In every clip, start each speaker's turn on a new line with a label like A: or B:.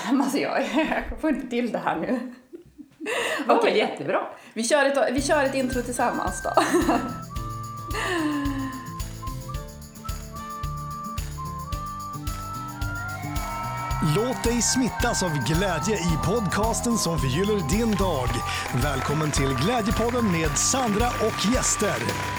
A: Alltså jag får inte till det här nu.
B: Okej, jättebra.
A: Vi kör ett intro tillsammans då.
C: Låt dig smittas av glädje i podcasten som förgyller din dag. Välkommen till Glädjepodden med Sandra och gäster.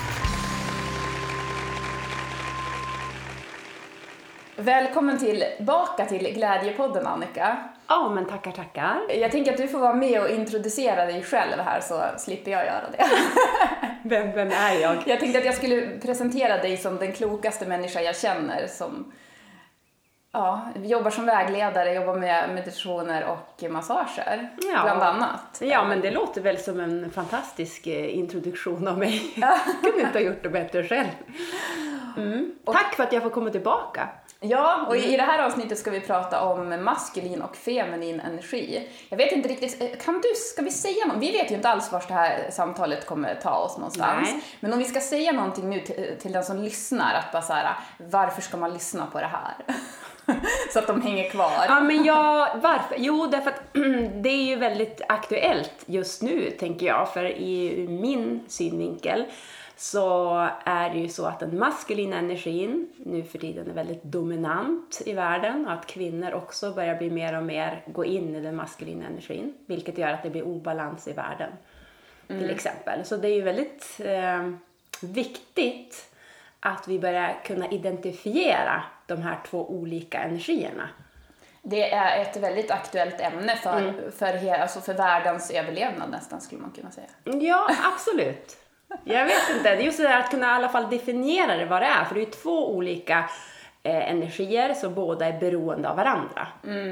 A: Välkommen tillbaka till Glädjepodden, Annika.
B: Ja, men tackar.
A: Jag tänker att du får vara med och introducera dig själv här så slipper jag göra det.
B: Vem är jag?
A: Jag tänkte att jag skulle presentera dig som den klokaste människa jag känner som jobbar som vägledare, jobbar med meditationer och massager, bland annat.
B: Ja, men det låter väl som en fantastisk introduktion av mig. Jag kunde inte ha gjort det bättre själv. Tack för att jag får komma tillbaka.
A: Ja, och i det här avsnittet ska vi prata om maskulin och feminin energi. Jag vet inte riktigt, ska vi säga något? Vi vet ju inte alls var det här samtalet kommer ta oss någonstans. Nej. Men om vi ska säga någonting nu till den som lyssnar, att bara så här, varför ska man lyssna på det här? Så att de hänger kvar.
B: Ja, men varför? Jo, därför att det är ju väldigt aktuellt just nu, tänker jag. För i min synvinkel så är det ju så att den maskulina energin nu för tiden är väldigt dominant i världen. Och att kvinnor också börjar bli mer och mer gå in i den maskulina energin. Vilket gör att det blir obalans i världen, till exempel. Så det är ju väldigt viktigt att vi börjar kunna identifiera de här två olika energierna. Det är ett väldigt aktuellt ämne för världens överlevnad nästan, skulle man kunna säga. Ja, absolut. Jag vet inte, det är just det där att kunna i alla fall definiera det vad det är. För det är ju två olika energier som båda är beroende av varandra.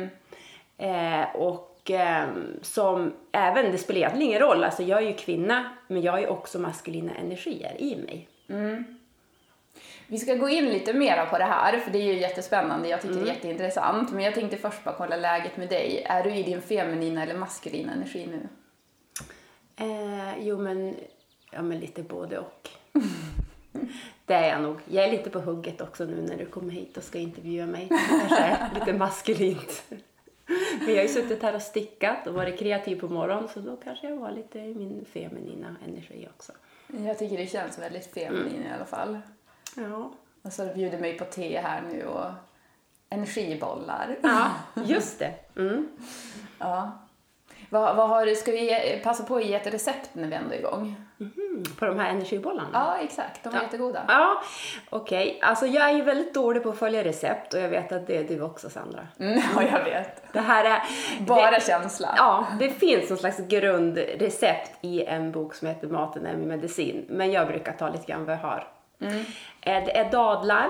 B: Som även, det spelar egentligen ingen roll. Alltså jag är ju kvinna, men jag har ju också maskulina energier i mig.
A: Vi ska gå in lite mer på det här, för det är ju jättespännande. Jag tycker det är jätteintressant. Men jag tänkte först bara kolla läget med dig. Är du i din feminina eller maskulina energi nu?
B: Men lite både och. Det är jag nog. Jag är lite på hugget också nu när du kommer hit och ska intervjua mig. Kanske är lite maskulint. Men jag har ju suttit här och stickat och varit kreativ på morgonen. Så då kanske jag var lite i min feminina energi också.
A: Jag tycker det känns väldigt feminin i alla fall. Ja. Och så bjuder mig på te här nu och energibollar.
B: Ja, just det.
A: Ja. Ska vi passa på att ge ett recept när vi ändå är igång?
B: På de här energibollarna?
A: Ja, exakt. De är jättegoda.
B: Ja, okej. Alltså jag är ju väldigt dålig på att följa recept och jag vet att det är du också, Sandra.
A: Ja, jag vet.
B: Det här är
A: bara känsla.
B: Ja, det finns någon slags grundrecept i en bok som heter Maten är medicin. Men jag brukar ta lite grann vad jag har. Det är dadlar,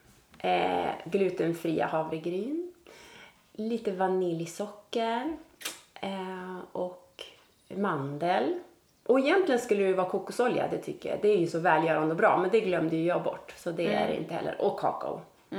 B: glutenfria havregryn, lite vaniljsocker och mandel. Och egentligen skulle det vara kokosolja, det tycker jag. Det är ju så välgörande och bra, men det glömde ju jag bort. Så det är det inte heller. Och kakao.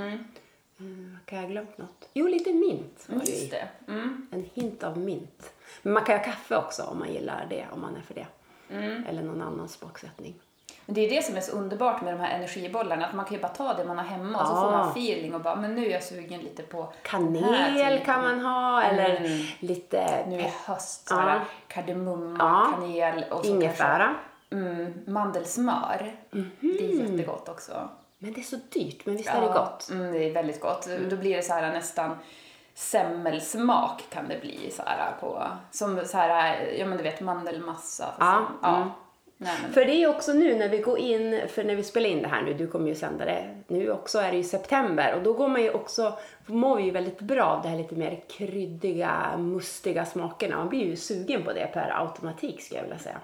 B: Kan jag glömt något? Jo, lite mint var det.
A: Just det.
B: En hint av mint. Men man kan ha kaffe också om man gillar det, om man är för det. Eller någon annan smaksättning.
A: Men det är det som är så underbart med de här energibollarna. Att man kan ju bara ta det man har hemma och så får man feeling och bara, men nu är jag sugen lite på
B: kanel kan man ha, eller lite...
A: Nu är höst, såhär, kardemumma, kanel och så
B: ingefära.
A: Mandelsmör. Det är jättegott också.
B: Men det är så dyrt, men visst är det gott?
A: Det är väldigt gott. Då blir det så här nästan semmelsmak kan det bli så här på, som så här, ja men du vet, mandelmassa.
B: För det är också nu när vi går in, för när vi spelar in det här nu, du kommer ju sända det nu också, är det ju september. Och då går man ju också, mår vi ju väldigt bra av det här lite mer kryddiga, mustiga smakerna. Man blir ju sugen på det per automatik, ska jag vilja säga.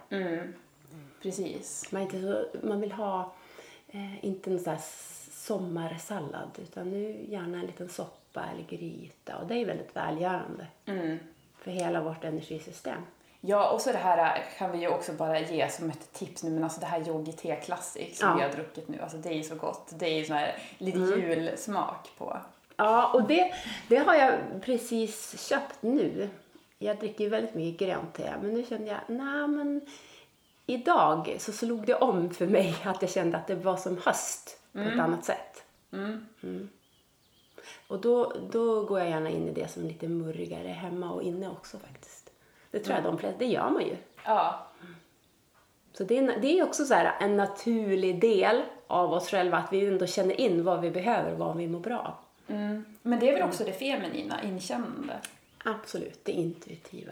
A: Precis.
B: Man vill ha inte någon sån här sommarsallad, utan nu gärna en liten soppa eller gryta. Och det är väldigt välgörande för hela vårt energisystem.
A: Ja, och så det här kan vi ju också bara ge som ett tips nu, men alltså det här Yogi Te Classic som vi har druckit nu, alltså det är så gott. Det är ju sån här lite julsmak på.
B: Ja, och det har jag precis köpt nu. Jag dricker ju väldigt mycket grönt te, men nu kände jag, men idag så slog det om för mig att jag kände att det var som höst på ett annat sätt. Och då går jag gärna in i det som lite murrigare hemma och inne också faktiskt. Det tror jag de flesta, det gör man ju.
A: Ja.
B: Så det är också så här en naturlig del av oss själva att vi ändå känner in vad vi behöver, vad vi mår bra av.
A: Men det är väl också det feminina, inkännande?
B: Absolut, det intuitiva.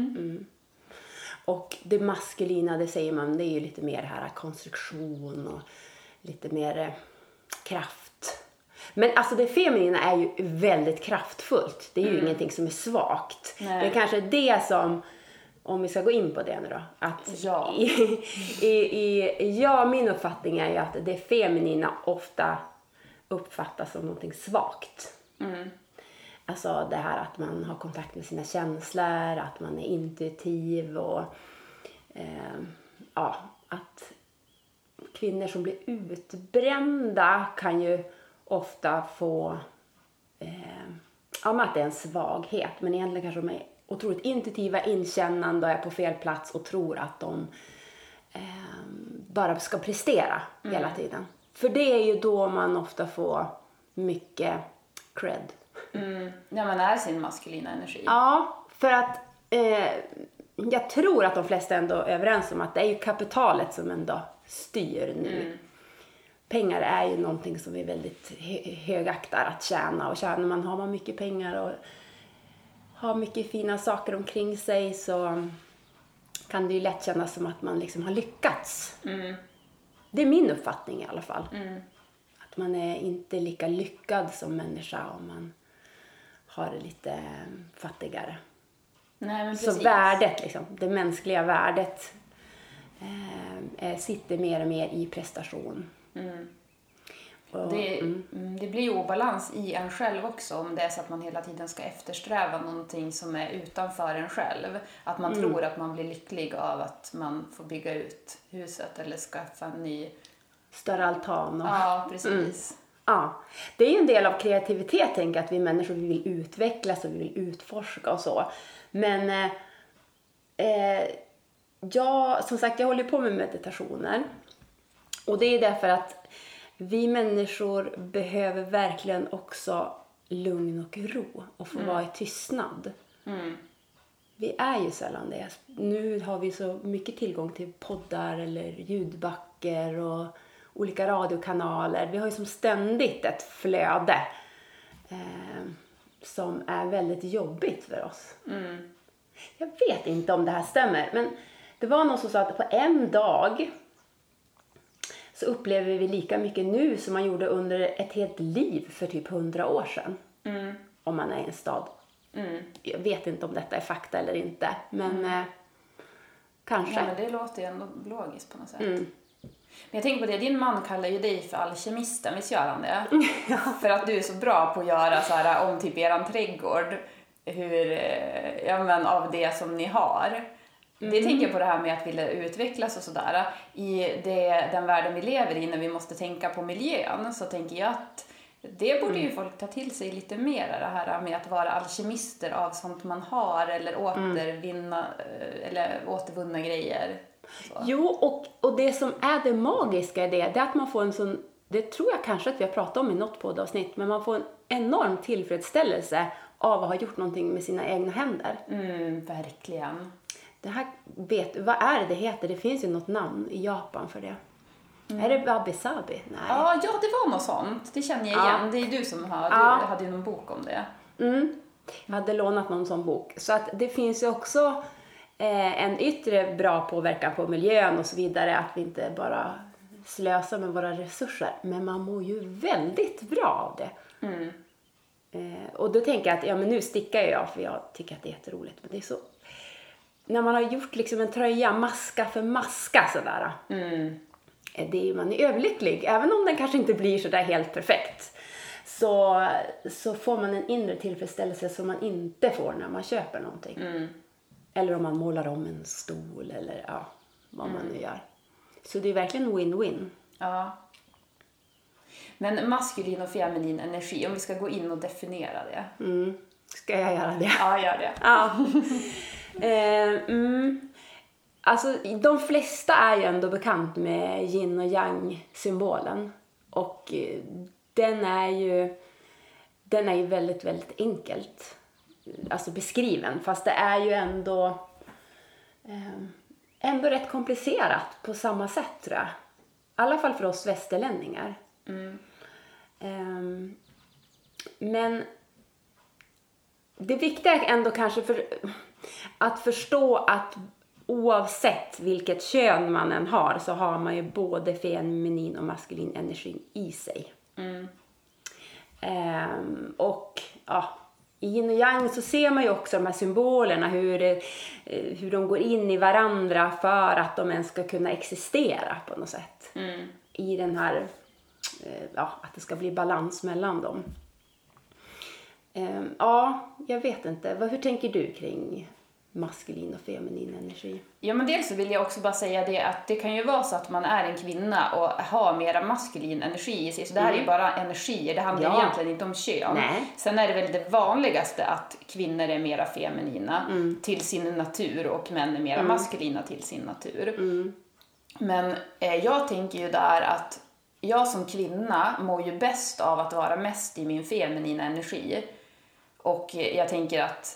B: Och det maskulina, det säger man, det är ju lite mer här konstruktion och lite mer kraft. Men alltså det feminina är ju väldigt kraftfullt. Det är ju ingenting som är svagt.
A: Nej.
B: Det är kanske det som, om vi ska gå in på det nu då. Att min uppfattning är ju att det feminina ofta uppfattas som någonting svagt. Alltså det här att man har kontakt med sina känslor, att man är intuitiv och att kvinnor som blir utbrända kan ju ofta få att det är en svaghet, men egentligen kanske de är otroligt intuitiva, inkännande och är på fel plats och tror att de bara ska prestera hela tiden. För det är ju då man ofta får mycket cred.
A: När man är sin maskulina energi.
B: Ja, för att jag tror att de flesta ändå är överens om att det är ju kapitalet som ändå styr nu. Pengar är ju någonting som vi väldigt högaktar att tjäna. Och har man mycket pengar och har mycket fina saker omkring sig så kan det ju lätt kännas som att man liksom har lyckats. Det är min uppfattning i alla fall. Att man är inte lika lyckad som människa om man har det lite fattigare.
A: Nej, men
B: så
A: precis.
B: värdet, liksom, det mänskliga värdet sitter mer och mer i prestation.
A: Och det blir ju obalans i en själv också om det är så att man hela tiden ska eftersträva någonting som är utanför en själv. Att man tror att man blir lycklig av att man får bygga ut huset eller skaffa en ny...
B: Större altan.
A: Ja, precis.
B: Ja, det är ju en del av kreativitet, tänker jag, att vi människor vi vill utvecklas och vi vill utforska och så. Men som sagt, jag håller på med meditationer. Och det är därför att vi människor behöver verkligen också lugn och ro och få vara i tystnad. Vi är ju sällan det. Nu har vi så mycket tillgång till poddar eller ljudböcker och olika radiokanaler. Vi har ju som ständigt ett flöde som är väldigt jobbigt för oss. Jag vet inte om det här stämmer, men det var någon som sa att på en dag så upplever vi lika mycket nu som man gjorde under ett helt liv för typ 100 år sedan. Om man är i en stad. Jag vet inte om detta är fakta eller inte, men kanske.
A: Ja, men det låter ju ändå logiskt på något sätt. Men jag tänker på det, din man kallar ju dig för alkemisten, visst gör han det? För att du är så bra på att göra så här, om typ eran trädgård, av det som ni har. Det tänker jag på det här med att vilja utvecklas och sådär. I den världen vi lever i när vi måste tänka på miljön, så tänker jag att det borde ju folk ta till sig lite mer, det här med att vara alkemister av sånt man har eller återvinna eller återvunna grejer. Så.
B: Jo, och det som är det magiska i det är att man får en sån, det tror jag kanske att vi har pratat om i något poddavsnitt, men man får en enorm tillfredsställelse av att ha gjort någonting med sina egna händer.
A: Verkligen.
B: Det här vad är det heter? Det finns ju något namn i Japan för det. Är det wabi-sabi? Nej.
A: Ja, det var något sånt. Det känner jag igen. Det är du som hade ju någon bok om det.
B: Jag hade lånat någon sån bok. Så att det finns ju också en yttre bra påverkan på miljön och så vidare. Att vi inte bara slösar med våra resurser. Men man mår ju väldigt bra av det. Och då tänker jag att men nu stickar jag för jag tycker att det är jätteroligt. Men det är så... När man har gjort liksom en tröja maska för maska sådär. Man är överlycklig. Även om den kanske inte blir sådär helt perfekt. Så får man en inre tillfredsställelse som man inte får när man köper någonting. Eller om man målar om en stol eller vad man nu gör. Så det är verkligen win-win. Ja.
A: Men maskulin och feminin energi, om vi ska gå in och definiera det.
B: Ska jag göra det?
A: Ja, gör det.
B: Ja. Alltså, de flesta är ju ändå bekant med yin och yang symbolen. Och den är ju den är ju väldigt, väldigt enkelt alltså beskriven. Fast det är ju ändå rätt komplicerat på samma sätt, tror jag. I alla fall för oss västerlänningar. Men det viktiga är ändå kanske att förstå att oavsett vilket kön man än har så har man ju både feminin och maskulin energi i sig. Och ja, i yin och yang så ser man ju också de här symbolerna, hur de går in i varandra för att de ens ska kunna existera på något sätt. I den här, att det ska bli balans mellan dem. Jag vet inte. Hur tänker du kring maskulin och feminin energi?
A: Ja, men dels så vill jag också bara säga det att det kan ju vara så att man är en kvinna och har mera maskulin energi i sig. Så det här är ju bara energier, det handlar egentligen inte om kön.
B: Nej.
A: Sen är det väl det vanligaste att kvinnor är mera feminina till sin natur och män är mera maskulina till sin natur. Men jag tänker ju där att jag som kvinna mår ju bäst av att vara mest i min feminina energi. Och jag tänker att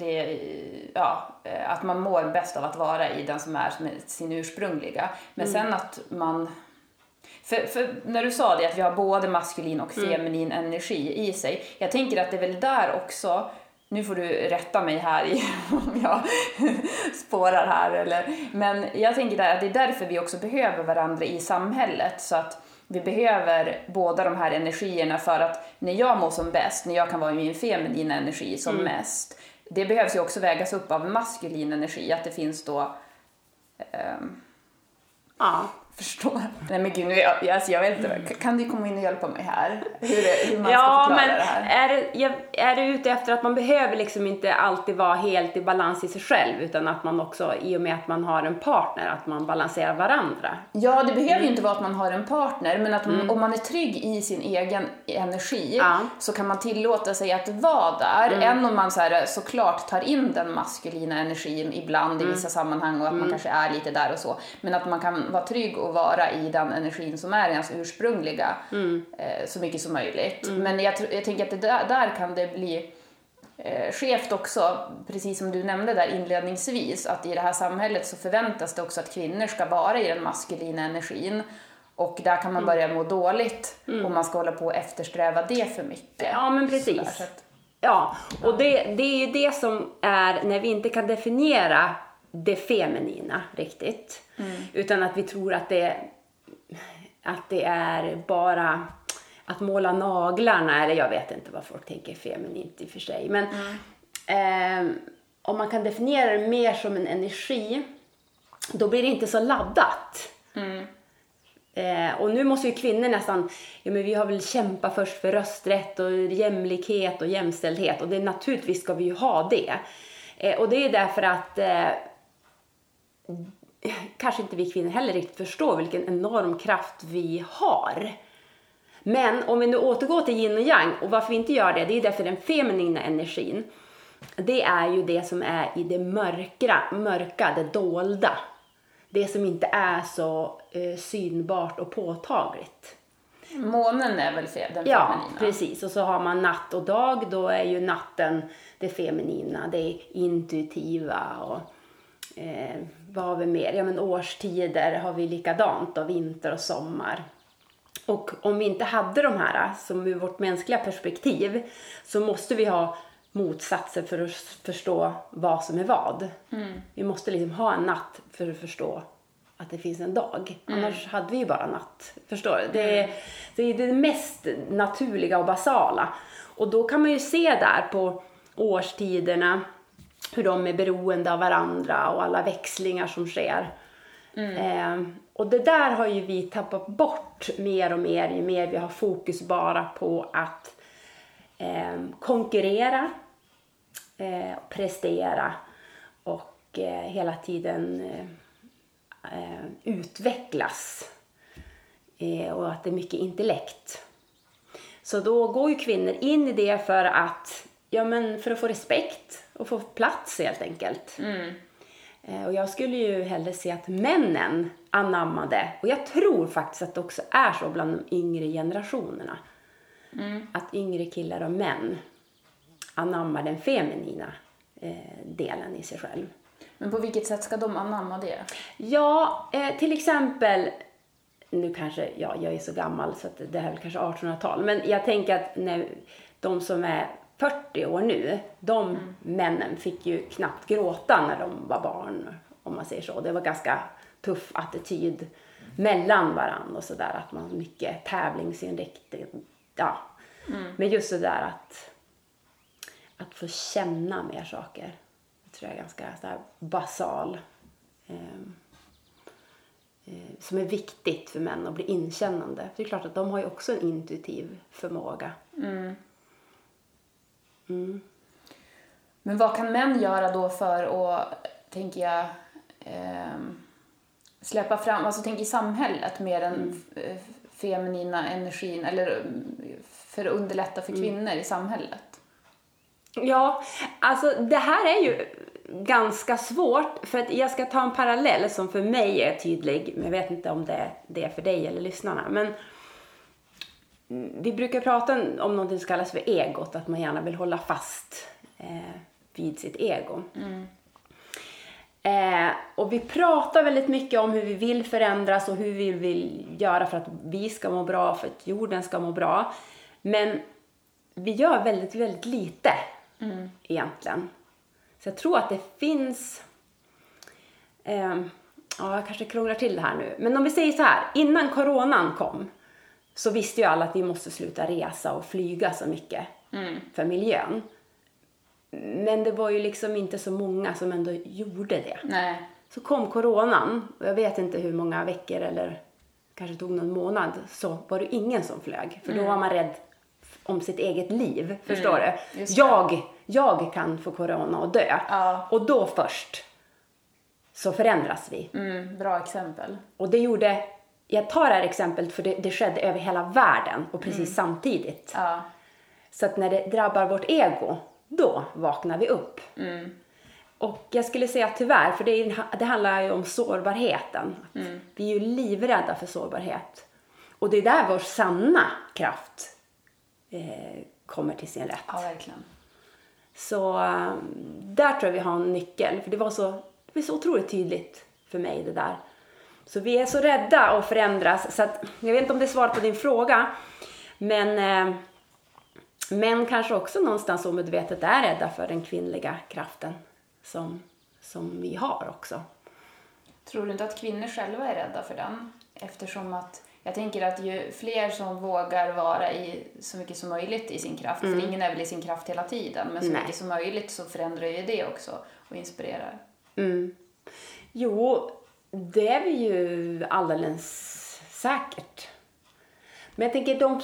A: att man mår bäst av att vara i den som är sin ursprungliga. Men sen att man... För när du sa det att vi har både maskulin och feminin energi i sig. Jag tänker att det är väl där också... Nu får du rätta mig här om jag spårar här. Men jag tänker där att det är därför vi också behöver varandra i samhället. Så att vi behöver båda de här energierna för att när jag mår som bäst, när jag kan vara i min feminina energi som mest, det behövs ju också vägas upp av maskulin energi, att det finns då förstår. Nej men gud, jag vet inte, kan du komma in och hjälpa mig här? Hur man ska förklara det här?
B: Är du ute efter att man behöver liksom inte alltid vara helt i balans i sig själv, utan att man också, i och med att man har en partner, att man balanserar varandra?
A: Ja, det behöver ju inte vara att man har en partner, men att om man är trygg i sin egen energi så kan man tillåta sig att vara där, än om man såklart tar in den maskulina energin ibland i vissa sammanhang och att man kanske är lite där och så, men att man kan vara trygg och vara i den energin som är ens ursprungliga så mycket som möjligt. Men jag tänker att det där kan det bli skevt också, precis som du nämnde där inledningsvis, att i det här samhället så förväntas det också att kvinnor ska vara i den maskulina energin, och där kan man börja må dåligt om man ska hålla på och eftersträva det för mycket.
B: Ja, men precis. Ja, och det är ju det som är när vi inte kan definiera det feminina riktigt. Utan att vi tror att det är bara att måla naglarna, eller jag vet inte vad folk tänker feminint i och för sig. Men om man kan definiera det mer som en energi, då blir det inte så laddat. Och nu måste ju kvinnor nästan, men vi har väl kämpat först för rösträtt och jämlikhet och jämställdhet, och det naturligtvis ska vi ju ha det. Och det är därför att kanske inte vi kvinnor heller riktigt förstår vilken enorm kraft vi har. Men om vi nu återgår till yin och yang, och varför vi inte gör det är därför den feminina energin, det är ju det som är i det mörka, det dolda. Det som inte är så synbart och påtagligt.
A: Månen är väl den feminina?
B: Ja, precis. Och så har man natt och dag, då är ju natten det feminina, det intuitiva och vad har vi mer? Ja, men årstider har vi likadant, och vinter och sommar. Och om vi inte hade de här, som ur vårt mänskliga perspektiv, så måste vi ha motsatser för att förstå vad som är vad. Vi måste liksom ha en natt för att förstå att det finns en dag. Annars hade vi ju bara natt. Förstår du? Det är det mest naturliga och basala. Och då kan man ju se där på årstiderna hur de är beroende av varandra och alla växlingar som sker. Och det där har ju vi tappat bort mer och mer ju mer vi har fokus bara på att konkurrera, prestera och hela tiden utvecklas, och att det är mycket intellekt. Så då går ju kvinnor in i det för att få respekt och få plats helt enkelt. Och jag skulle ju hellre se att männen anammade, och jag tror faktiskt att det också är så bland de yngre generationerna, att yngre killar och män anammar den feminina delen i sig själv.
A: Men på vilket sätt ska de anamma det?
B: Ja, till exempel, nu kanske, jag är så gammal så att det här är kanske 1800-tal. Men jag tänker att när de som är 40 år nu, de männen fick ju knappt gråta när de var barn, om man säger så. Det var ganska tuff attityd mellan varann och sådär, att man mycket tävlingsinriktning. Ja, men just det där att få känna mer saker. Det tror jag är ganska så här basal. Som är viktigt för män att bli inkännande. Det är klart att de har ju också en intuitiv förmåga.
A: Men vad kan män göra då för att, tänker jag, släppa fram, alltså tänk i samhället mer den feminina energin, eller för att underlätta för kvinnor i samhället?
B: Ja, alltså det här är ju ganska svårt, för att jag ska ta en parallell som för mig är tydlig, men jag vet inte om det är för dig eller lyssnarna. Men vi brukar prata om något som kallas för egot, att man gärna vill hålla fast vid sitt ego. Och vi pratar väldigt mycket om hur vi vill förändras och hur vi vill göra för att vi ska må bra, för att jorden ska må bra. Men vi gör väldigt, väldigt lite egentligen. Så jag tror att det finns... jag kanske krånglar till det här nu. Men om vi säger så här, innan coronan kom så visste ju alla att vi måste sluta resa och flyga så mycket för miljön. Men det var ju liksom inte så många som ändå gjorde det.
A: Nej.
B: Så kom coronan, och jag vet inte hur många veckor eller kanske tog någon månad, så var det ingen som flög. För då var man rädd om sitt eget liv, förstår du? Jag kan få corona och dö.
A: Ja.
B: Och då först så förändras vi.
A: Bra exempel.
B: Och det gjorde, jag tar det här exemplet för det skedde över hela världen och precis samtidigt.
A: Ja. Så
B: att när det drabbar vårt ego, då vaknar vi upp. Och jag skulle säga tyvärr, för det handlar ju om sårbarheten. Vi är ju livrädda för sårbarhet. Och det är där vår sanna kraft kommer till sin rätt.
A: Ja, verkligen.
B: Så där tror jag vi har en nyckel. För det var så otroligt tydligt för mig det där. Så vi är så rädda att förändras. Så att, jag vet inte om det är svar på din fråga. Men kanske också någonstans omedvetet är rädda för den kvinnliga kraften som vi har också.
A: Tror du inte att kvinnor själva är rädda för den? Eftersom att jag tänker att ju fler som vågar vara i så mycket som möjligt i sin kraft, för ingen är väl i sin kraft hela tiden, men så mycket som möjligt så förändrar ju det också och inspirerar.
B: Jo, det är vi ju alldeles säkert. Men jag tänker de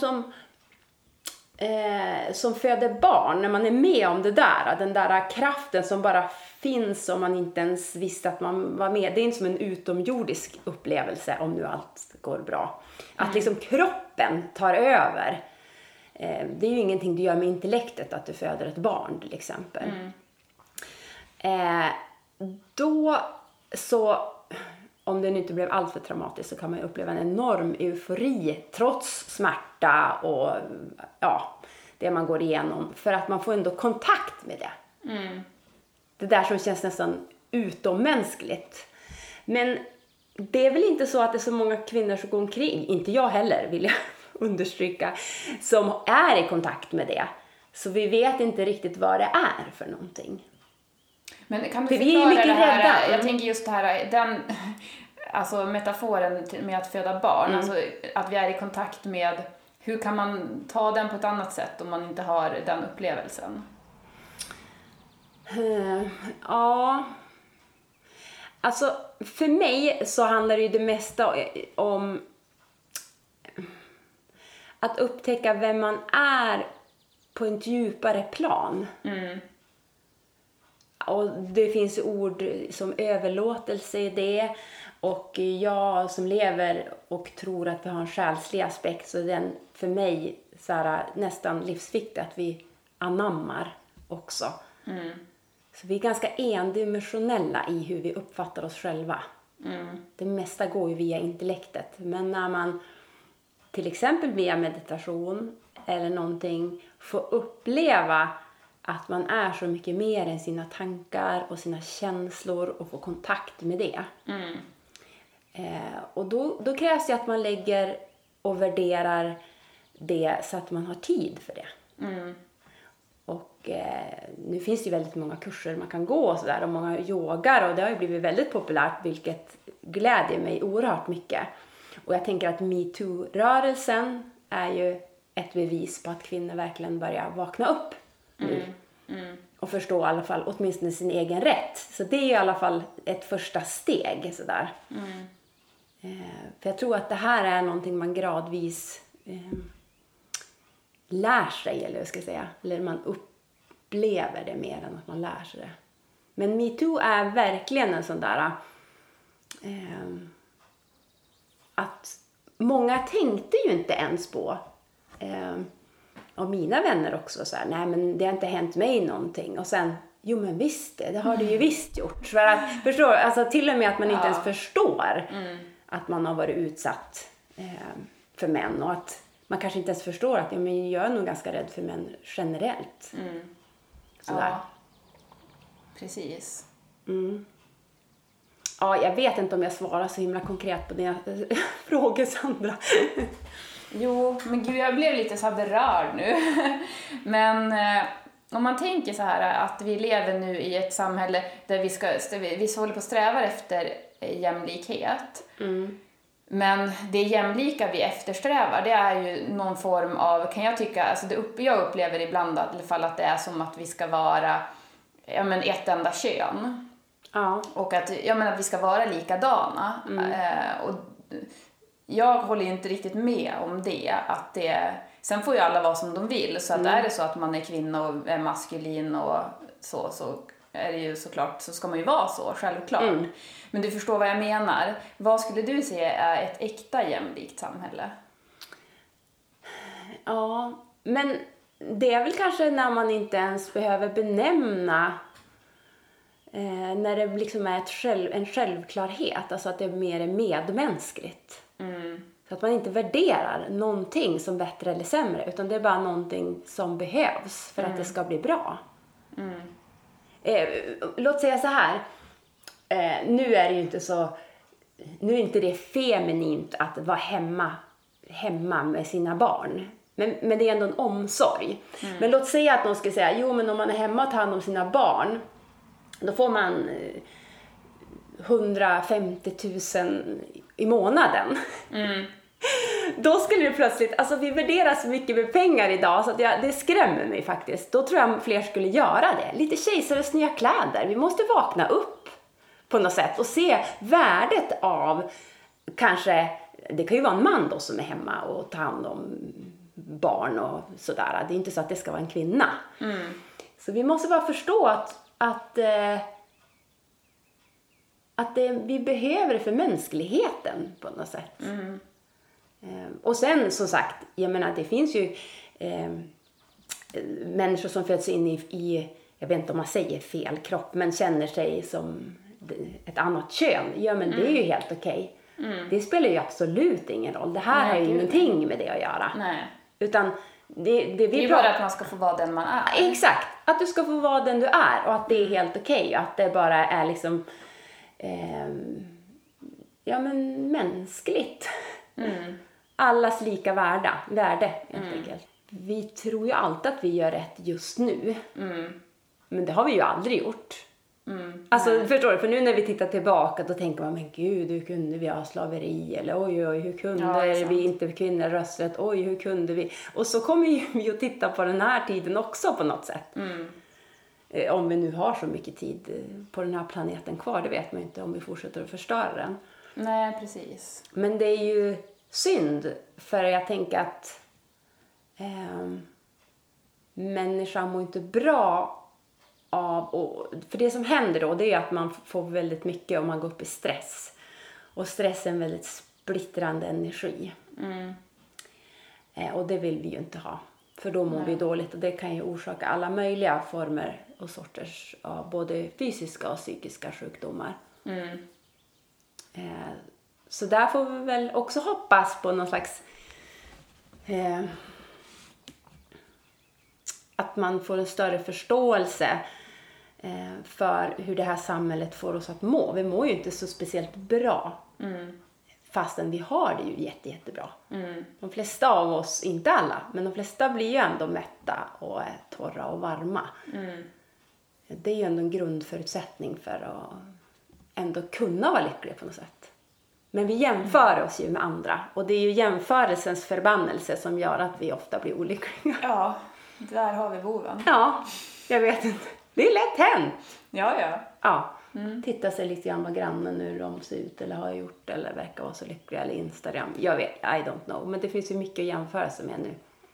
B: som föder barn, när man är med om det där, den där kraften som bara finns om man inte ens visste att man var med. Det är inte som en utomjordisk upplevelse om nu allt går bra. Att liksom kroppen tar över. Det är ju ingenting du gör med intellektet, att du föder ett barn till exempel. Då så, om det nu inte blev allt för traumatiskt, så kan man ju uppleva en enorm eufori trots smärta och det man går igenom, för att man får ändå kontakt med det. Det där som känns nästan utommänskligt. Men det är väl inte så att det är så många kvinnor som går omkring, inte jag heller vill jag understryka, som är i kontakt med det. Så vi vet inte riktigt vad det är för någonting.
A: Men kan du
B: förklara
A: det här?
B: Rädda.
A: Jag tänker just det här, alltså metaforen med att föda barn, alltså att vi är i kontakt med, hur kan man ta den på ett annat sätt om man inte har den upplevelsen?
B: Ja, alltså för mig så handlar det ju det mesta om att upptäcka vem man är på ett djupare plan. Och det finns ord som överlåtelse i det. Och jag som lever och tror att vi har en själslig aspekt, så den för mig så här, nästan livsviktigt att vi anammar också. Så vi är ganska endimensionella i hur vi uppfattar oss själva. Det mesta går ju via intellektet. Men när man till exempel via meditation eller någonting få uppleva att man är så mycket mer än sina tankar och sina känslor och få kontakt med det. Och då krävs det att man lägger och värderar det så att man har tid för det. Och nu finns det ju väldigt många kurser man kan gå och sådär, och många yogar, och det har ju blivit väldigt populärt, vilket glädjer mig oerhört mycket. Och jag tänker att MeToo-rörelsen är ju ett bevis på att kvinnor verkligen börjar vakna upp nu. Och förstå i alla fall åtminstone sin egen rätt. Så det är i alla fall ett första steg sådär. För jag tror att det här är någonting man gradvis lär sig, eller vad ska jag säga. Eller man upplever det mer än att man lär sig det. Men MeToo är verkligen en sån där att många tänkte ju inte ens på, och mina vänner också så här, nej men det har inte hänt mig någonting, och sen, jo men visst det har det ju visst gjort. För att, förstår, alltså till och med att man inte ens förstår att man har varit utsatt för män, och att man kanske inte ens förstår att jag är nog ganska rädd för män generellt. Sådär.
A: Ja, precis.
B: Ja, jag vet inte om jag svarar så himla konkret på dina frågor, Sandra.
A: Jo, men gud, jag blev lite så här berörd nu. Men om man tänker så här att vi lever nu i ett samhälle där vi håller på att sträva efter jämlikhet. Men det jämlika vi eftersträvar, det är ju någon form av, kan jag tycka, alltså jag upplever ibland i alla fall att det är som att vi ska vara ett enda kön.
B: Ja.
A: Och att vi ska vara likadana. Och jag håller ju inte riktigt med om det. Sen får ju alla vara som de vill. Så att är det så att man är kvinna och är maskulin och så är det ju såklart, så ska man ju vara så, självklart. Men du förstår vad jag menar. Vad skulle du säga är ett äkta jämlikt samhälle?
B: Ja, men det är väl kanske när man inte ens behöver benämna, när det liksom är en självklarhet, alltså att det mer är medmänskligt. Så att man inte värderar någonting som bättre eller sämre, utan det är bara någonting som behövs för att det ska bli bra. Låt säga så här, nu är det ju inte så, nu är inte det feminint att vara hemma med sina barn. Men det är ändå en omsorg. Men låt säga att någon ska säga, jo men om man är hemma och tar hand om sina barn, då får man 150 000 i månaden. Då skulle det plötsligt, alltså vi värderar så mycket med pengar idag så att det skrämmer mig faktiskt. Då tror jag fler skulle göra det. Lite kejsarens nya kläder. Vi måste vakna upp på något sätt och se värdet av, kanske, det kan ju vara en man då som är hemma och tar hand om barn och sådär. Det är inte så att det ska vara en kvinna. Så vi måste bara förstå att vi behöver det för mänskligheten på något sätt. Och sen som sagt, jag menar det finns ju människor som föds in i, jag vet inte om man säger fel kropp, men känner sig som ett annat kön. Ja men det är ju helt okej. Det spelar ju absolut ingen roll. Det här har ju ingenting med det att göra.
A: Nej.
B: Utan det är
A: bara att man ska få vara den man är.
B: Exakt, att du ska få vara den du är och att det är helt okej. Att det bara är liksom mänskligt. Allas lika värde helt enkelt. Vi tror ju alltid att vi gör rätt just nu. Men det har vi ju aldrig gjort. Alltså förstår du, för nu när vi tittar tillbaka då tänker man, men gud, hur kunde vi ha slaveri? Eller oj, hur kunde vi inte kvinnor rösträtt? Oj, hur kunde vi? Och så kommer vi att titta på den här tiden också på något sätt. Om vi nu har så mycket tid på den här planeten kvar, det vet man inte om vi fortsätter att förstöra den.
A: Nej, precis.
B: Men det är ju synd, för jag tänker att människan mår inte bra av, för det som händer då, det är att man får väldigt mycket om man går upp i stress. Och stress är en väldigt splittrande energi. Och det vill vi ju inte ha. För då mår vi dåligt, och det kan ju orsaka alla möjliga former och sorters av både fysiska och psykiska sjukdomar. Så där får vi väl också hoppas på någon slags att man får en större förståelse för hur det här samhället får oss att må. Vi mår ju inte så speciellt bra. Fastän vi har det ju jättebra. De flesta av oss, inte alla, men de flesta blir ju ändå mätta och är torra och varma. Det är ju ändå en grundförutsättning för att ändå kunna vara lyckliga på något sätt. Men vi jämför oss ju med andra. Och det är ju jämförelsens förbannelse som gör att vi ofta blir olyckliga.
A: Ja, där har vi boven.
B: Ja, jag vet inte. Det är lätt hänt.
A: Ja.
B: Titta sig lite grann vad grannen hur de ser ut eller har gjort eller verkar vara så lyckliga eller Instagram. Jag vet, I don't know. Men det finns ju mycket att jämföra sig med nu.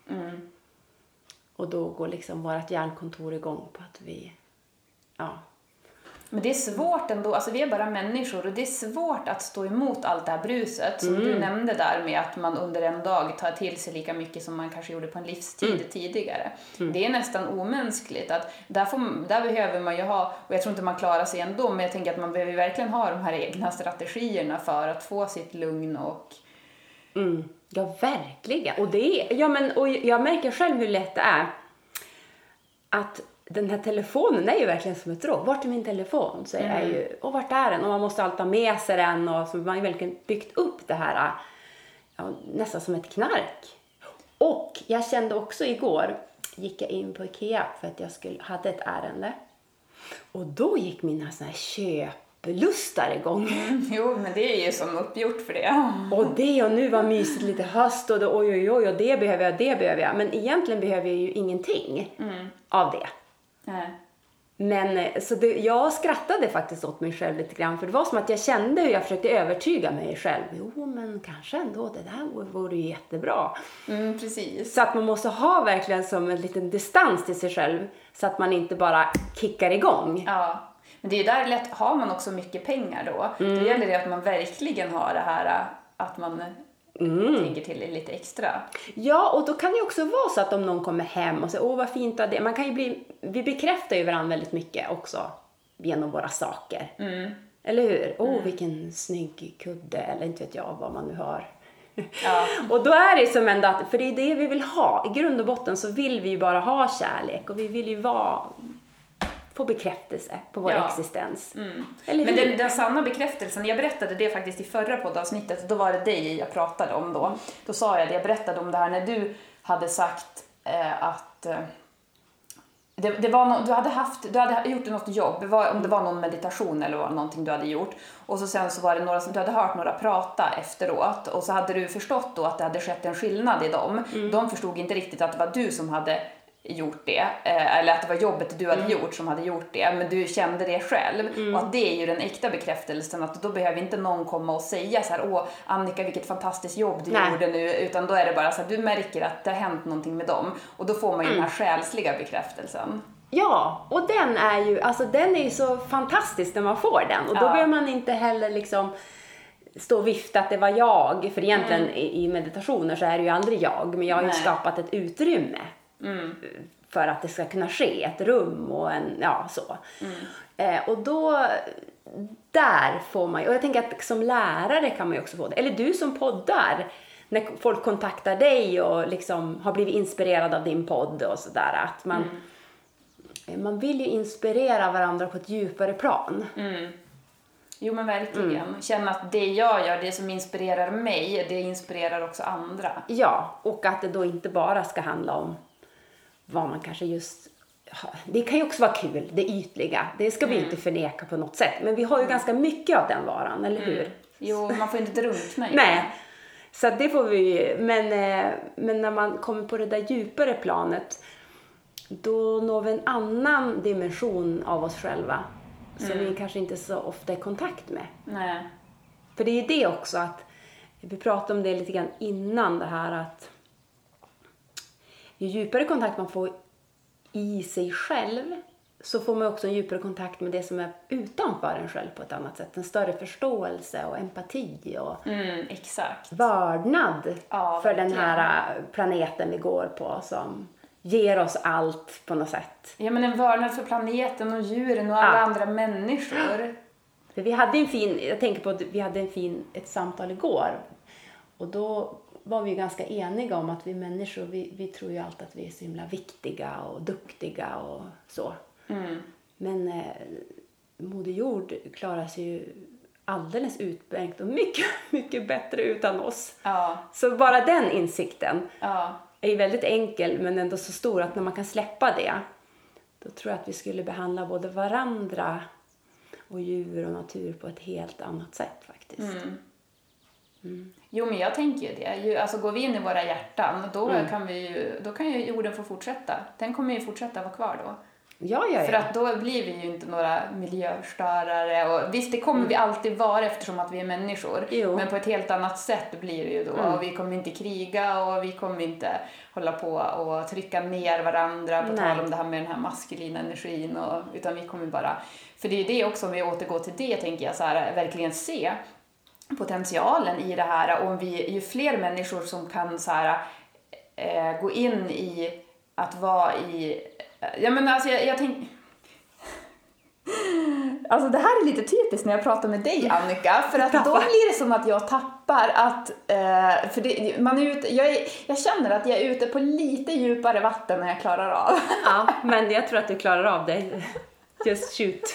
B: Och då går liksom vårt hjärnkontor igång på att vi,
A: Men det är svårt ändå, alltså vi är bara människor och det är svårt att stå emot allt det här bruset som du nämnde där med att man under en dag tar till sig lika mycket som man kanske gjorde på en livstid tidigare. Det är nästan omänskligt att där behöver man ju ha, och jag tror inte man klarar sig ändå, men jag tänker att man behöver verkligen ha de här egna strategierna för att få sitt lugn och...
B: Ja, verkligen. Och jag märker själv hur lätt det är att den här telefonen är ju verkligen som ett råd. Vart är min telefon? Så är ju, och vart är den? Och man måste alltid ha med sig den. Och så man har ju verkligen byggt upp det här nästan som ett knark. Och jag kände också igår, gick jag in på Ikea för att jag hade ett ärende. Och då gick mina såna här köplustar igång.
A: Jo, men det är ju som uppgjort för det.
B: Och nu var mysigt lite höst och då, oj, och det behöver jag. Men egentligen behöver jag ju ingenting av det. Men så jag skrattade faktiskt åt mig själv lite grann. För det var som att jag kände hur jag försökte övertyga mig själv. Jo, men kanske ändå, det där vore ju jättebra.
A: Precis.
B: Så att man måste ha verkligen som en liten distans till sig själv. Så att man inte bara kickar igång.
A: Ja, men det är ju där lätt, har man också mycket pengar då gäller det att man verkligen har det här att man tänker till lite extra.
B: Ja, och då kan det också vara så att om någon kommer hem och säger, vad fint av det. Man kan ju vi bekräftar ju varandra väldigt mycket också genom våra saker. Eller hur? Vilken snygg kudde, eller inte vet jag vad man nu har.
A: Ja.
B: Och då är det som ändå att, för det är det vi vill ha. I grund och botten så vill vi ju bara ha kärlek och vi vill ju få bekräftelse på vår existens. Eller
A: men den sanna bekräftelsen, jag berättade det faktiskt i förra poddavsnittet, då var det dig jag pratade om då. Då sa jag det, jag berättade om det här när du hade sagt att det var du hade gjort något jobb, om det var någon meditation eller någonting du hade gjort. Och sen så var det några som du hade hört några prata efteråt och så hade du förstått då att det hade skett en skillnad i dem. De förstod inte riktigt att det var du som hade gjort det, eller att det var jobbet du hade gjort som hade gjort det, men du kände det själv och att det är ju den äkta bekräftelsen, att då behöver inte någon komma och säga så här, Annika vilket fantastiskt jobb du gjorde nu, utan då är det bara så att du märker att det har hänt någonting med dem och då får man ju den här själsliga bekräftelsen.
B: Ja, och den är ju så fantastisk när man får den och då behöver man inte heller liksom stå och vifta att det var jag, för egentligen i meditationer så är det ju aldrig jag, men jag har ju skapat ett utrymme för att det ska kunna ske, ett rum och så. Och då där får man, och jag tänker att som lärare kan man ju också få det, eller du som poddar, när folk kontaktar dig och liksom har blivit inspirerad av din podd och sådär, att man vill ju inspirera varandra på ett djupare plan.
A: Jo men verkligen. Känna att det jag gör, det som inspirerar mig, det inspirerar också andra.
B: Ja, och att det då inte bara ska handla om vad man kanske just... Det kan ju också vara kul, det ytliga. Det ska vi inte förneka på något sätt. Men vi har ju ganska mycket av den varan, eller hur?
A: Jo, man får inte drunkna.
B: Nej, så det får vi. Men när man kommer på det där djupare planet, då når vi en annan dimension av oss själva. Som vi kanske inte så ofta är i kontakt med.
A: Nej.
B: För det är ju det också att, vi pratade om det lite grann innan det här att ju djupare kontakt man får i sig själv så får man också en djupare kontakt med det som är utanför en själv på ett annat sätt. En större förståelse och empati och
A: exakt.
B: vördnad för
A: verkligen.
B: den här planeten vi går på som ger oss allt på något sätt.
A: Ja, men en vördnad för planeten och djuren och alla andra människor.
B: För vi hade jag tänker på att vi hade ett samtal igår och då var vi ganska eniga om att vi människor, vi tror ju alltid att vi är så himla viktiga och duktiga och så. Men Moder Jord klarar sig ju alldeles utmärkt och mycket, mycket bättre utan oss.
A: Ja.
B: Så bara den insikten
A: Ja.
B: är väldigt enkel men ändå så stor att när man kan släppa det, då tror jag att vi skulle behandla både varandra och djur och natur på ett helt annat sätt faktiskt.
A: Jo, men jag tänker ju det. Alltså går vi in i våra hjärtan, då kan ju jorden få fortsätta. Den kommer ju fortsätta vara kvar då.
B: Ja.
A: För att då blir vi ju inte några miljöstörare. Och visst, det kommer vi alltid vara eftersom att vi är människor.
B: Jo.
A: Men på ett helt annat sätt blir det ju då. Och vi kommer inte kriga och vi kommer inte hålla på och trycka ner varandra på tal om det här med den här maskulina energin. Utan vi kommer bara... För det är ju det också, om vi återgår till det, tänker jag så här, verkligen se potentialen i det här. Om vi ju fler människor som kan så här, gå in i att vara i... Ja, men alltså jag tänker... Alltså det här är lite typiskt när jag pratar med dig, Annika, för att då blir det som att jag tappar att... för det, man är ute, jag känner att jag är ute på lite djupare vatten när jag klarar av.
B: Ja, men jag tror att du klarar av det. Just shoot.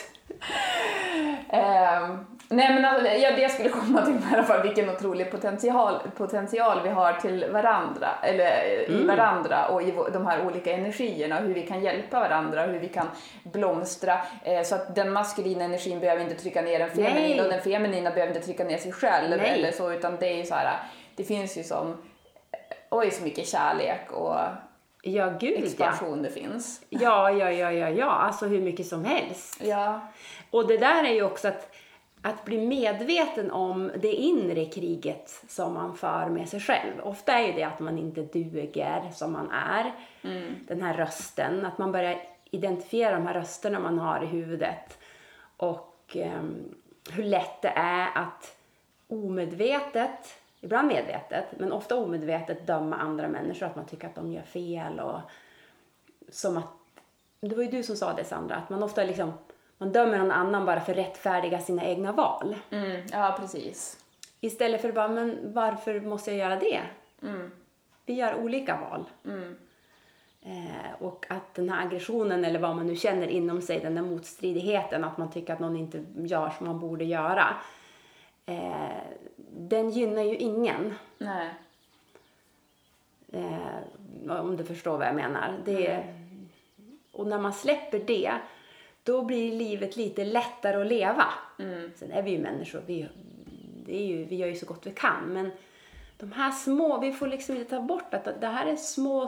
A: Nej, men alltså, det jag skulle komma till i alla fall, vilken otrolig potential vi har till varandra, eller i varandra och i de här olika energierna, hur vi kan hjälpa varandra, hur vi kan blomstra, så att den maskulina energin behöver inte trycka ner den feminina och den feminina behöver inte trycka ner sig själv eller så, utan det är ju så här, det finns ju som så mycket kärlek och expansion det finns.
B: Ja, alltså hur mycket som helst.
A: Ja.
B: Och det där är ju också att bli medveten om det inre kriget som man för med sig själv. Ofta är ju det att man inte duger som man är. Den här rösten. Att man börjar identifiera de här rösterna man har i huvudet. Och hur lätt det är att omedvetet, ibland medvetet, men ofta omedvetet döma andra människor. Att man tycker att de gör fel. Och som att, det var ju du som sa det, Sandra, att man ofta liksom... Man dömer någon annan bara för att rättfärdiga sina egna val.
A: Ja, precis.
B: Istället för att bara, men varför måste jag göra det? Vi gör olika val. Och att den här aggressionen, eller vad man nu känner inom sig, den där motstridigheten, att man tycker att någon inte gör som man borde göra. Den gynnar ju ingen.
A: Nej.
B: Om du förstår vad jag menar. Och när man släpper det, då blir livet lite lättare att leva. Sen är vi ju människor. Vi gör ju så gott vi kan. Men de här små, vi får liksom inte ta bort att det här är små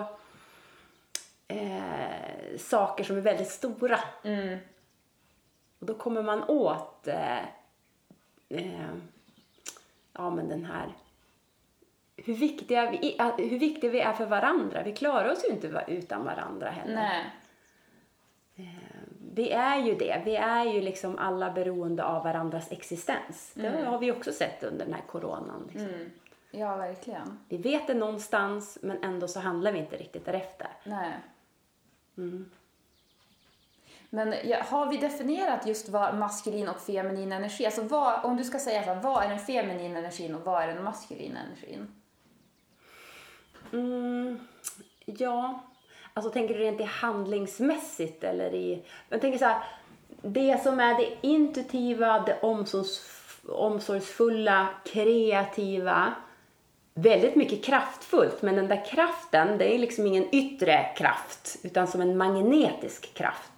B: saker som är väldigt stora. Och då kommer man åt men den här, hur viktiga vi är för varandra. Vi klarar oss ju inte utan varandra heller.
A: Nej.
B: Vi är ju det. Vi är ju liksom alla beroende av varandras existens. Det har vi också sett under den här coronan. Liksom.
A: Ja, verkligen.
B: Vi vet det någonstans, men ändå så handlar vi inte riktigt därefter.
A: Nej. Men har vi definierat just vad maskulin och feminin energi, alltså om du ska säga så här, vad är den feminin energin och vad är den maskulina energin?
B: Ja, alltså tänker du rent handlingsmässigt eller jag tänker så här, det som är det intuitiva, det omsorgsfulla, kreativa, väldigt mycket kraftfullt, men den där kraften, det är liksom ingen yttre kraft utan som en magnetisk kraft.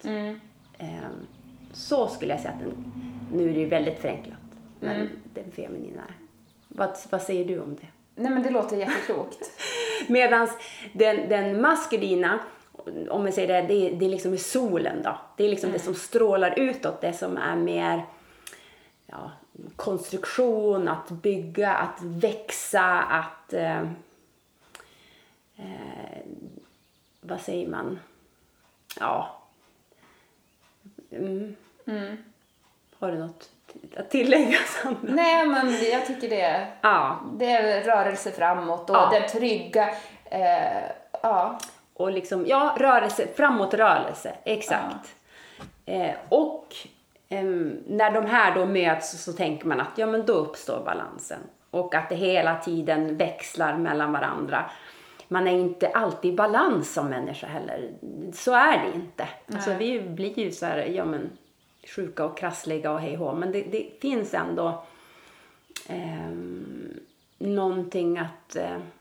B: Så skulle jag säga att nu är det ju väldigt förenklat, men den feminina. Vad säger du om det?
A: Nej, men det låter jätteklokt.
B: Medan den maskulina, om man säger det är liksom solen då. Det är liksom det som strålar utåt, det som är mer konstruktion, att bygga, att växa, att vad säger man? Har du något att tillägga, Sandra?
A: Nej, men jag tycker det är rörelse framåt och det trygga
B: och liksom rörelse, framåtrörelse, exakt. Och när de här då möts så tänker man att men då uppstår balansen. Och att det hela tiden växlar mellan varandra. Man är inte alltid i balans som människa heller. Så är det inte. Alltså vi blir ju så här, sjuka och krassliga och hej och hå. Men det finns ändå någonting att...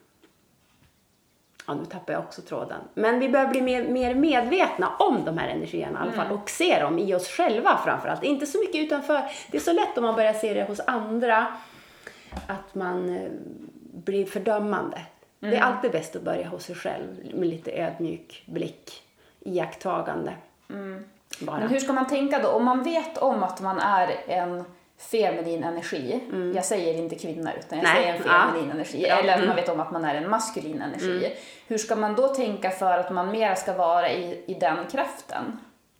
B: nu tappar jag också tråden. Men vi behöver bli mer medvetna om de här energierna i alla fall. Och se dem i oss själva framförallt. Inte så mycket utanför. Det är så lätt om man börjar se det hos andra. Att man blir fördömande. Det är alltid bäst att börja hos sig själv. Med lite ödmjuk blick. Iakttagande.
A: Men hur ska man tänka då? Om man vet om att man är en feminin energi. Jag säger inte kvinna utan jag säger en feminin energi. Eller att man vet om att man är en maskulin energi. Hur ska man då tänka för att man mer ska vara i den kraften?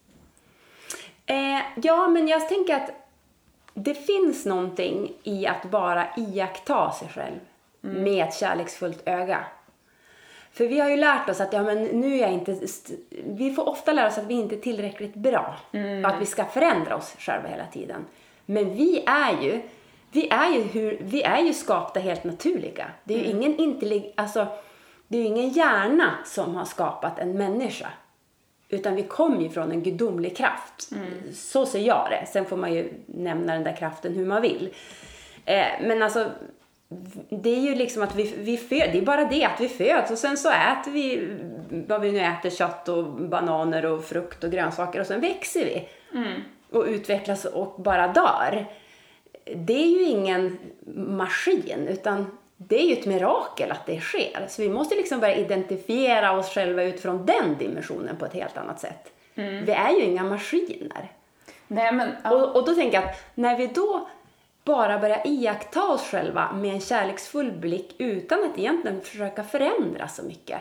B: Men jag tänker att det finst någonting i att bara iaktta sig själv. Med ett kärleksfullt öga. För vi har ju lärt oss att nu är jag inte... Vi får ofta lära oss att vi inte är tillräckligt bra. Och att vi ska förändra oss själva hela tiden. Men vi är ju skapta helt naturliga. Det är ju det är ju ingen hjärna som har skapat en människa. Utan vi kommer ju från en gudomlig kraft. Så ser jag det. Sen får man ju nämna den där kraften hur man vill. Men alltså... Det är ju liksom att vi det är bara det att vi föds och sen så äter vi vad vi nu äter, kött och bananer och frukt och grönsaker och sen växer vi och utvecklas och bara dör. Det är ju ingen maskin utan det är ju ett mirakel att det sker. Så vi måste liksom börja identifiera oss själva utifrån den dimensionen på ett helt annat sätt. Vi är ju inga maskiner.
A: Nej, men,
B: och då tänker jag att när vi då bara börja iaktta oss själva med en kärleksfull blick utan att egentligen försöka förändra så mycket.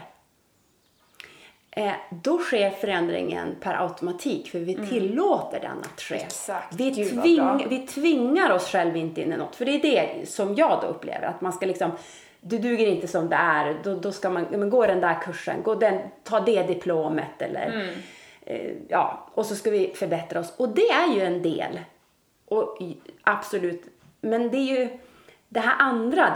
B: Då sker förändringen per automatik för vi tillåter den att ske.
A: Exakt.
B: Vi tvingar oss själva inte in i något. För det är det som jag då upplever. Att man ska liksom, du duger inte som det är. Då ska man gå den där kursen. Ta det diplomet eller... och så ska vi förbättra oss. Och det är ju en del. Och absolut, men det är ju det här andra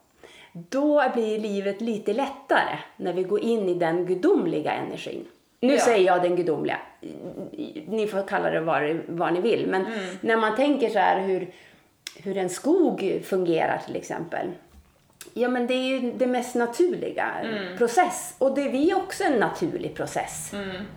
B: då blir livet lite lättare när vi går in i den gudomliga energin. Nu säger jag den gudomliga, ni får kalla det vad ni vill, men när man tänker så här hur en skog fungerar till exempel. Ja, men det är ju det mest naturliga process, och det är vi också en naturlig process.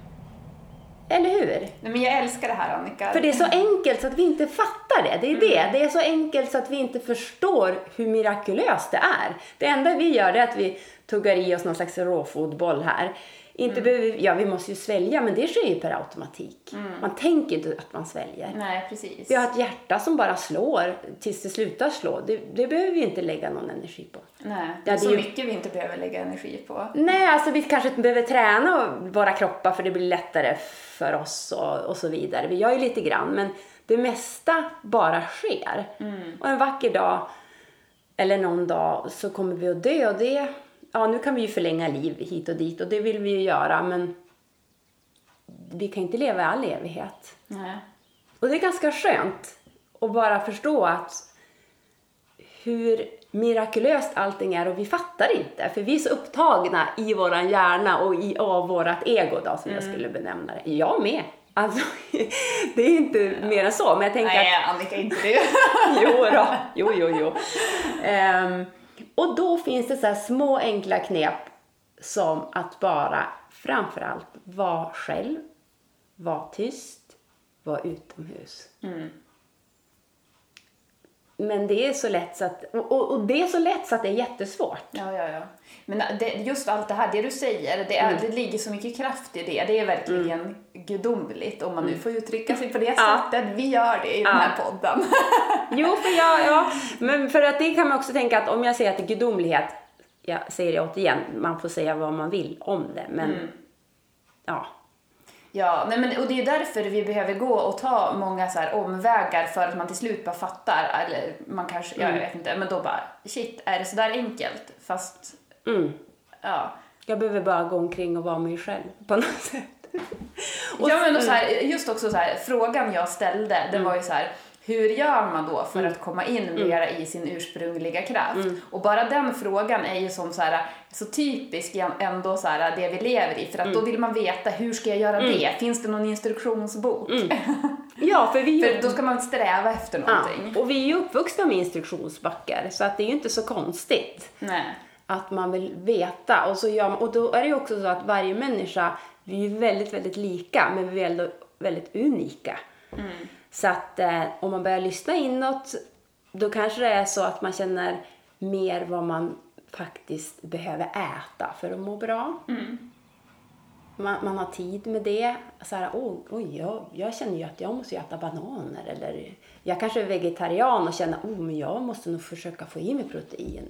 B: Eller hur?
A: Nej, men jag älskar det här, Annika.
B: För det är så enkelt så att vi inte fattar det. Det är det. Det är så enkelt så att vi inte förstår hur mirakulöst det är. Det enda vi gör är att vi tuggar i oss någon slags råfodboll här. Inte behöver, vi måste ju svälja, men det sker ju per automatik. Man tänker inte att man sväljer.
A: Nej, precis.
B: Vi har ett hjärta som bara slår tills det slutar slå. Det behöver vi inte lägga någon energi på.
A: Nej, det är så mycket vi inte behöver lägga energi på.
B: Nej, alltså vi kanske inte behöver träna våra kroppar för det blir lättare för oss och så vidare. Vi gör ju lite grann, men det mesta bara sker. Och en vacker dag eller någon dag så kommer vi att dö, och det... Ja, nu kan vi ju förlänga liv hit och dit, och det vill vi ju göra, men vi kan inte leva i all evighet.
A: Nej.
B: Och det är ganska skönt att bara förstå att hur mirakulöst allting är, och vi fattar inte, för vi är så upptagna i våran hjärna och av vårat ego då, som jag skulle benämna det. Jag med. Alltså, det är inte mer än så, men jag tänker
A: Nej, Annika, inte det.
B: Jo. Och då finns det så här små enkla knep som att bara framförallt vara själv, vara tyst, vara utomhus. Men det är så lätt så att, och det är så lätt så att det är jättesvårt.
A: Ja. Men just allt det här, det du säger, det ligger så mycket kraft i det. Det är verkligen gudomligt, om man nu får uttrycka sig på det sättet. Vi gör det i den här podden.
B: Jo, men för att det kan man också tänka att om jag säger att det är gudomlighet, jag säger det återigen, man får säga vad man vill om det, men
A: Ja, nej, men, och det är därför vi behöver gå och ta många så här omvägar för att man till slut bara fattar, eller man kanske, jag vet inte, men då bara, shit, är det så där enkelt? Fast,
B: jag behöver bara gå omkring och vara mig själv på något sätt.
A: Ja, men och så här, just också så här, frågan jag ställde, det var ju så här, hur gör man då för att komma in mera i sin ursprungliga kraft? Och bara den frågan är ju som så typisk ändå det vi lever i. För att då vill man veta, hur ska jag göra det? Finns det någon instruktionsbok?
B: Ja, för
A: då ska man sträva efter någonting.
B: Ja, och vi är ju uppvuxna med instruktionsböcker, så att det är ju inte så konstigt.
A: Nej.
B: Att man vill veta. Och då är det ju också så att varje människa, vi är väldigt, väldigt lika, men vi är ändå väldigt unika. Så att om man börjar lyssna inåt, då kanske det är så att man känner mer vad man faktiskt behöver äta för att må bra. Man har tid med det. Jag känner ju att jag måste äta bananer. Eller jag kanske är vegetarian och känner men jag måste nog försöka få i mig protein.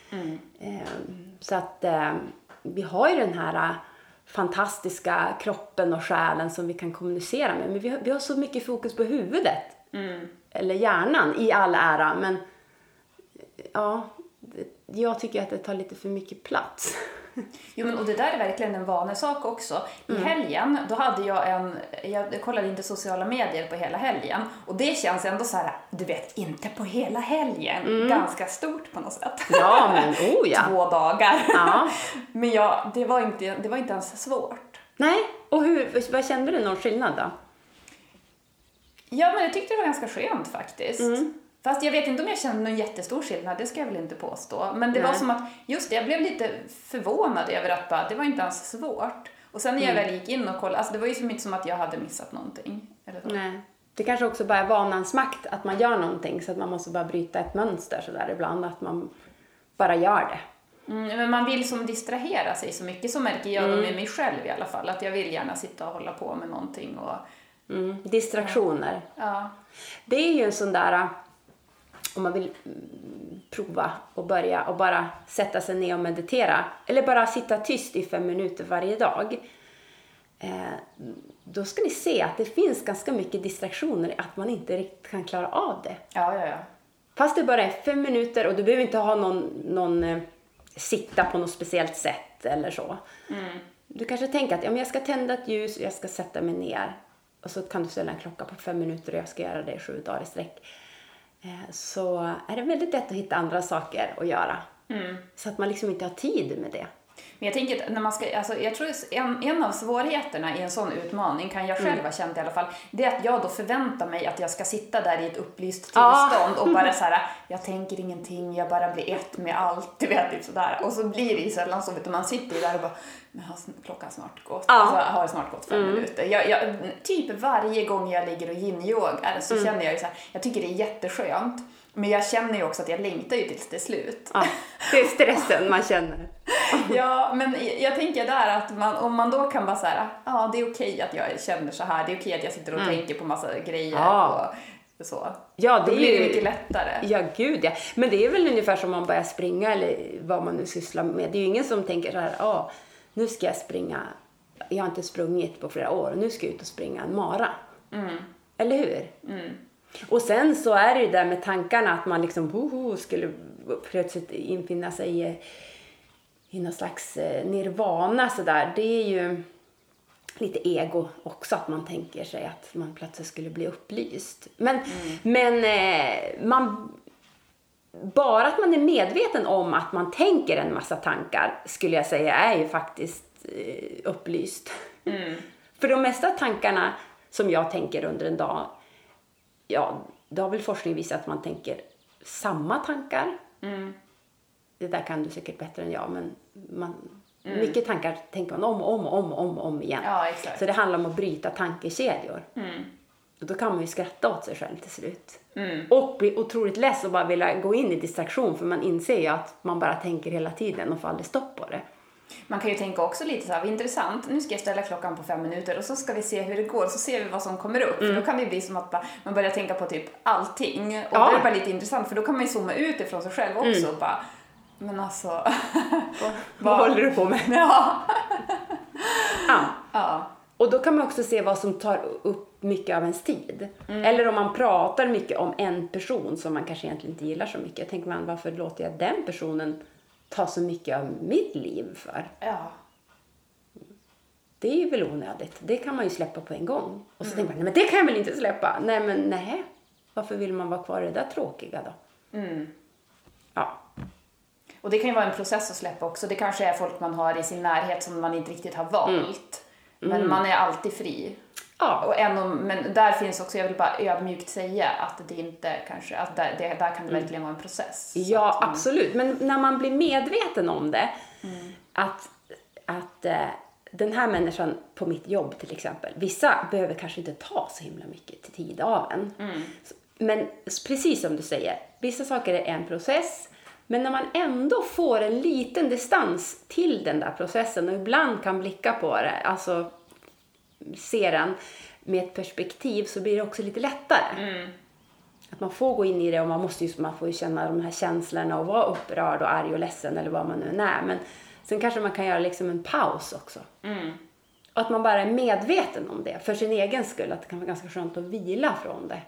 B: Så att vi har ju den här fantastiska kroppen och själen som vi kan kommunicera med. Men vi har så mycket fokus på huvudet. Eller hjärnan i all ära. Men ja, jag tycker att det tar lite för mycket plats.
A: Jo, och det där är verkligen en vanesak också. I helgen, då hade jag kollade inte sociala medier på hela helgen. Och det känns ändå du vet, inte på hela helgen. Ganska stort på något sätt.
B: Ja, men
A: 2 dagar.
B: Ja.
A: Men det var inte ens svårt.
B: Nej, och vad kände du någon skillnad då?
A: Ja, men jag tyckte det var ganska skönt faktiskt. Fast jag vet inte om jag kände någon jättestor skillnad, det ska jag väl inte påstå. Men det var som att, just det, jag blev lite förvånad över att det var inte ens svårt. Och sen när jag väl gick in och kollade, det var ju som inte som att jag hade missat någonting. Eller så.
B: Nej. Det kanske också bara är vanans makt att man gör någonting, så att man måste bara bryta ett mönster sådär ibland, att man bara gör det.
A: Men man vill som distrahera sig så mycket, så märker jag med mig själv i alla fall, att jag vill gärna sitta och hålla på med någonting. Och,
B: distraktioner.
A: Ja.
B: Det är ju en sån där, om man vill prova och börja och bara sätta sig ner och meditera, eller bara sitta tyst i 5 minuter varje dag, då ska ni se att det finns ganska mycket distraktioner, att man inte riktigt kan klara av det.
A: Ja.
B: Fast det bara är 5 minuter och du behöver inte ha någon sitta på något speciellt sätt eller så. Du kanske tänker att jag ska tända ett ljus och jag ska sätta mig ner. Och så kan du ställa en klocka på 5 minuter och jag ska göra det i 7 dagar i sträck. Så är det väldigt lätt att hitta andra saker att göra. Så att man liksom inte har tid med det.
A: Men jag tänker att när man ska, jag tror en av svårigheterna i en sån utmaning, kan jag själv ha känt i alla fall, det är att jag då förväntar mig att jag ska sitta där i ett upplyst tillstånd och bara jag tänker ingenting, jag bara blir ett med allt, du vet, typ sådär. Och så blir det ju sällan så, vet du, man sitter ju där och bara, men har klockan snart gått? Har snart gått 5 minuter. Jag, typ varje gång jag ligger och yin-yogar så känner jag ju jag tycker det är jätteskönt. Men jag känner ju också att jag längtar ju tills det är slut.
B: Ja, det är stressen man känner.
A: Ja, men jag tänker där att om man då kan bara det är okej att jag känner så här. Det är okej att jag sitter och tänker på massa grejer och så.
B: Ja,
A: det blir mycket lättare.
B: Ja, gud ja. Men det är väl ungefär som man börjar springa eller vad man nu sysslar med. Det är ju ingen som tänker nu ska jag springa. Jag har inte sprungit på flera år. Nu ska jag ut och springa en mara. Eller hur? Och sen så är det ju där med tankarna att man liksom skulle plötsligt infinna sig i någon slags nirvana sådär. Det är ju lite ego också, att man tänker sig att man plötsligt skulle bli upplyst. Men bara att man är medveten om att man tänker en massa tankar, skulle jag säga, är ju faktiskt upplyst. För de mesta tankarna som jag tänker under en dag, det har väl forskning visat att man tänker samma tankar. Det där kan du säkert bättre än jag, men mycket tankar tänker man om igen.
A: Ja, exakt.
B: Så det handlar om att bryta tankekedjor. Och då kan man ju skratta åt sig själv till slut. Och bli otroligt less och bara vilja gå in i distraktion, för man inser ju att man bara tänker hela tiden och får aldrig stopp på det.
A: Man kan ju tänka också lite vad intressant, nu ska jag ställa klockan på 5 minuter och så ska vi se hur det går, så ser vi vad som kommer upp. För då kan det bli som att man börjar tänka på typ allting. Och det är bara lite intressant, för då kan man ju zooma ut ifrån sig själv också och bara, men alltså...
B: vad håller du på med?
A: Ja.
B: Och då kan man också se vad som tar upp mycket av ens tid. Eller om man pratar mycket om en person som man kanske egentligen inte gillar så mycket. Tänker man, varför låter jag den personen ta så mycket av mitt liv för?
A: Ja.
B: Det är ju väl onödigt. Det kan man ju släppa på en gång. Och så tänker man, nej men det kan jag väl inte släppa. Nej. Varför vill man vara kvar i det där tråkiga då? Ja.
A: Och det kan ju vara en process att släppa också. Det kanske är folk man har i sin närhet som man inte riktigt har valt. Men man är alltid fri.
B: Ja.
A: Och men där finns också, jag vill bara ödmjukt säga att det inte kanske, att där kan det verkligen vara en process.
B: Ja, absolut. Men när man blir medveten om det, att den här människan på mitt jobb till exempel, vissa behöver kanske inte ta så himla mycket tid av en. Men precis som du säger, vissa saker är en process, men när man ändå får en liten distans till den där processen och ibland kan blicka på det, alltså ser den med ett perspektiv, så blir det också lite lättare. Att man får gå in i det och man får ju känna de här känslorna och vara upprörd och arg och ledsen eller vad man nu är. Men sen kanske man kan göra liksom en paus också. Och att man bara är medveten om det för sin egen skull. Att det kan vara ganska skönt att vila från det.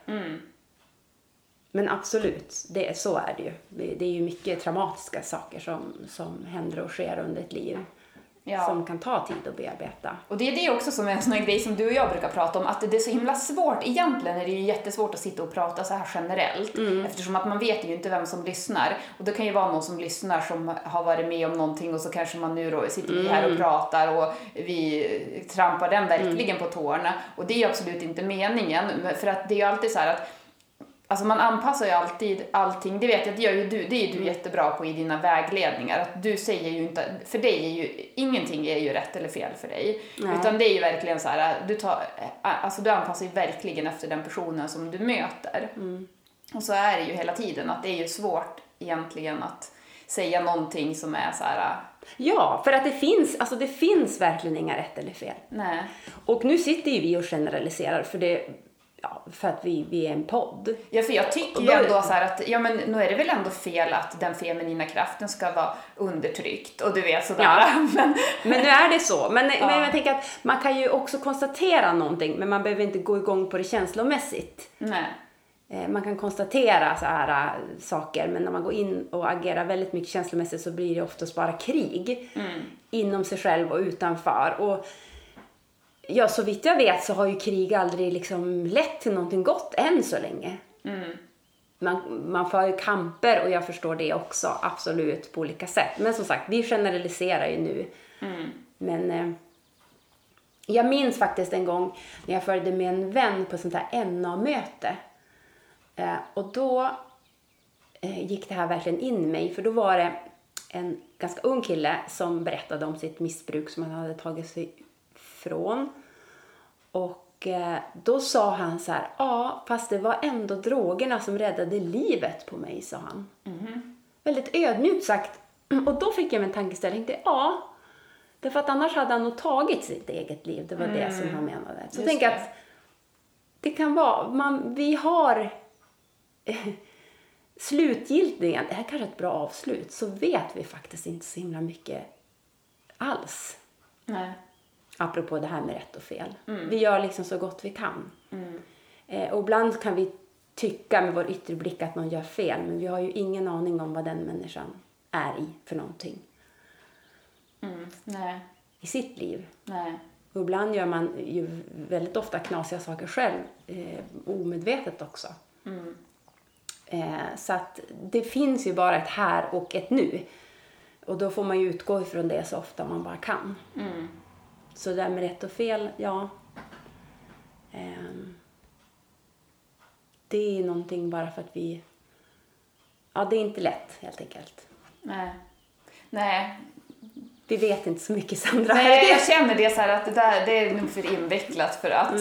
B: Men absolut, så är det ju. Det är ju mycket traumatiska saker som händer och sker under ett liv. Ja. Som kan ta tid att bearbeta.
A: Och det är det också som är en sån här grej som du och jag brukar prata om, att det är så himla svårt. Egentligen är det ju jättesvårt att sitta och prata så här generellt, eftersom att man vet ju inte vem som lyssnar. Och det kan ju vara någon som lyssnar som har varit med om någonting, och så kanske man nu då sitter vi här och pratar och vi trampar den verkligen på tårna. Och det är ju absolut inte meningen, för att det är ju alltid så här att alltså man anpassar ju alltid allting. Det vet jag, det är ju du jättebra på i dina vägledningar. Att du säger ju inte, för dig är ju ingenting är ju rätt eller fel för dig. Nej. Utan det är ju verkligen så här, du anpassar ju verkligen efter den personen som du möter. Och så är det ju hela tiden, att det är ju svårt egentligen att säga någonting som är så här.
B: Ja, för att det finns verkligen inga rätt eller fel.
A: Nej.
B: Och nu sitter ju vi och generaliserar för att vi är en podd.
A: Ja, för jag tycker ju ändå så här att, ja men nu är det väl ändå fel att den feminina kraften ska vara undertryckt, och du vet sådär.
B: Ja. Men nu är det så. Men jag tänker att man kan ju också konstatera någonting, men man behöver inte gå igång på det känslomässigt.
A: Nej.
B: Man kan konstatera så här saker, men när man går in och agerar väldigt mycket känslomässigt så blir det oftast bara krig inom sig själv och utanför. Och ja, så vitt jag vet så har ju krig aldrig liksom lett till någonting gott än så länge. Man får ju kamper, och jag förstår det också, absolut, på olika sätt. Men som sagt, vi generaliserar ju nu. Men jag minns faktiskt en gång när jag följde med en vän på sånt här NA-möte. Och då gick det här verkligen in mig, för då var det en ganska ung kille som berättade om sitt missbruk som han hade tagit sig från. Och då sa han så här: ja, fast det var ändå drogerna som räddade livet på mig, sa han. Väldigt ödmjukt sagt. Och då fick jag en tankeställning. Ja, därför att annars hade han nog tagit sitt eget liv. Det var det som han menade. Så tänk att det kan vara, vi har slutgiltigen, det här kanske är ett bra avslut, så vet vi faktiskt inte så himla mycket alls.
A: Nej.
B: Apropå det här med rätt och fel. Vi gör liksom så gott vi kan. Och ibland kan vi tycka med vår yttre blick att någon gör fel. Men vi har ju ingen aning om vad den människan är i för någonting.
A: Nej.
B: I sitt liv.
A: Nej.
B: Och ibland gör man ju väldigt ofta knasiga saker själv. Omedvetet också. Så att det finns ju bara ett här och ett nu. Och då får man ju utgå ifrån det så ofta man bara kan. Så det där med rätt och fel, ja. Det är någonting bara för att vi... Ja, det är inte lätt helt enkelt.
A: Nej.
B: Vi vet inte så mycket, Sandra.
A: Nej, jag känner det så här att det är nog för invecklat för att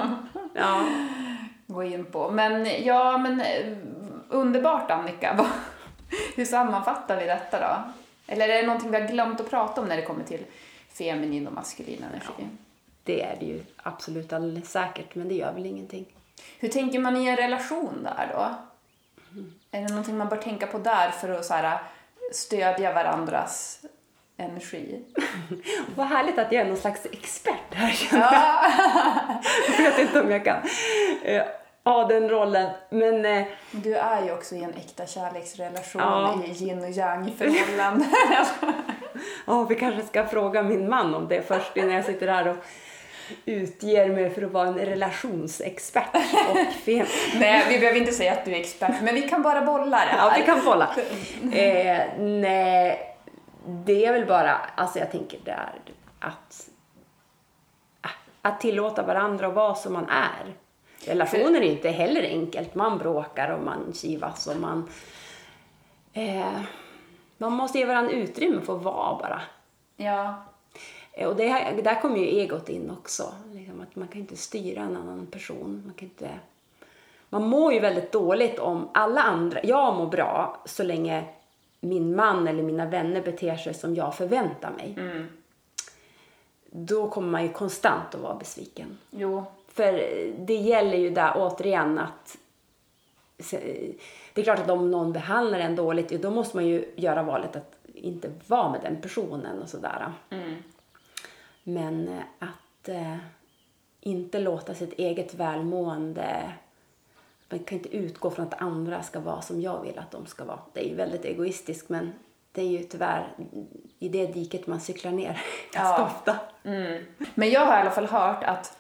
A: gå in på. Men underbart, Annika. Hur sammanfattar vi detta då? Eller är det någonting vi har glömt att prata om när det kommer till feminin och maskulin energi? Ja,
B: det är det ju absolut alldeles säkert, men det gör väl ingenting.
A: Hur tänker man i en relation där då? Är det någonting man bör tänka på där för att så här, stödja varandras energi?
B: Vad härligt att jag är någon slags expert här. Ja. Jag vet inte om jag kan den rollen. Men
A: du är ju också i en äkta kärleksrelation i yin och yang förhållanden.
B: Vi kanske ska fråga min man om det först innan jag sitter här och utger mig för att vara en relationsexpert och feminin.
A: Nej, vi behöver inte säga att du är expert, men vi kan bara bolla det här.
B: Ja, vi kan bolla. Nej, det är väl bara, alltså jag tänker där att tillåta varandra att vara som man är. Relationer är inte heller enkelt. Man bråkar och man kivas och man måste ge varandra utrymme för att vara bara.
A: Ja.
B: Och där kommer ju egot in också. Liksom att man kan inte styra en annan person. Man mår ju väldigt dåligt om alla andra. Jag mår bra så länge min man eller mina vänner beter sig som jag förväntar mig.
A: Mm.
B: Då kommer man ju konstant att vara besviken.
A: Jo.
B: För det gäller ju där återigen att det är klart att om någon behandlar en dåligt, då måste man ju göra valet att inte vara med den personen och sådär.
A: Mm.
B: Men att inte låta sitt eget välmående, man kan inte utgå från att andra ska vara som jag vill att de ska vara. Det är ju väldigt egoistiskt, men det är ju tyvärr i det diket man cyklar ner ganska ofta.
A: Mm. Men jag har i alla fall hört att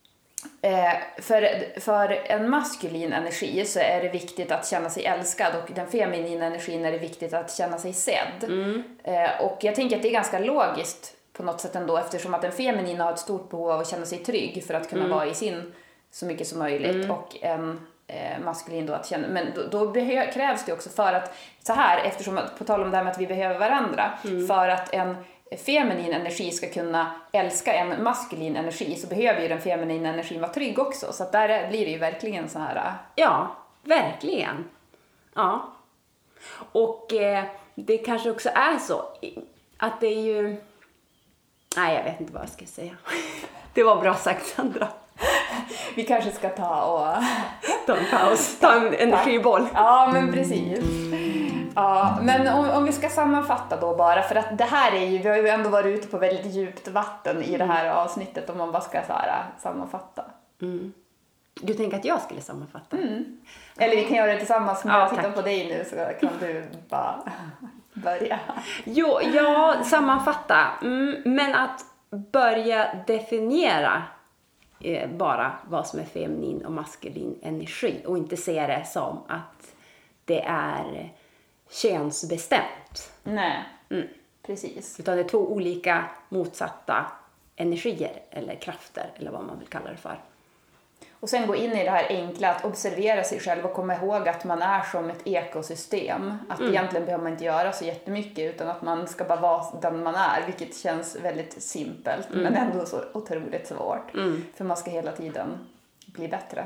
A: för en maskulin energi så är det viktigt att känna sig älskad, och den feminina energin är det viktigt att känna sig sedd. Och jag tänker att det är ganska logiskt på något sätt ändå, eftersom att den feminina har ett stort behov av att känna sig trygg för att kunna vara i sin så mycket som möjligt, och en maskulin då att känna, men då krävs det också för att så här, eftersom på tal om det här med att vi behöver varandra, för att en feminin energi ska kunna älska en maskulin energi, så behöver ju den feminina energin vara trygg också, så att där blir det ju verkligen så här.
B: Ja, verkligen. Ja. Och det kanske också är så att det är ju, nej, jag vet inte vad jag ska säga. Det var bra sagt, Sandra.
A: Vi kanske ska ta
B: en paus, ta en energiboll.
A: Ja, men precis. Ja, men om vi ska sammanfatta då bara, för att det här är ju, vi har ju ändå varit ute på väldigt djupt vatten i det här avsnittet, om man bara ska så här sammanfatta.
B: Mm. Du tänker att jag skulle sammanfatta?
A: Mm. Eller vi kan göra det tillsammans med att titta
B: tack.
A: på dig nu, så kan du bara börja.
B: Jo, sammanfatta. Men att börja definiera bara vad som är feminin och maskulin energi, och inte se det som att det är könsbestämt.
A: Nej, precis.
B: Utan det är två olika motsatta energier eller krafter, eller vad man vill kalla det för.
A: Och sen gå in i det här enkla att observera sig själv och komma ihåg att man är som ett ekosystem. Att egentligen behöver man inte göra så jättemycket, utan att man ska bara vara den man är, vilket känns väldigt simpelt men ändå så otroligt svårt. För man ska hela tiden bli bättre.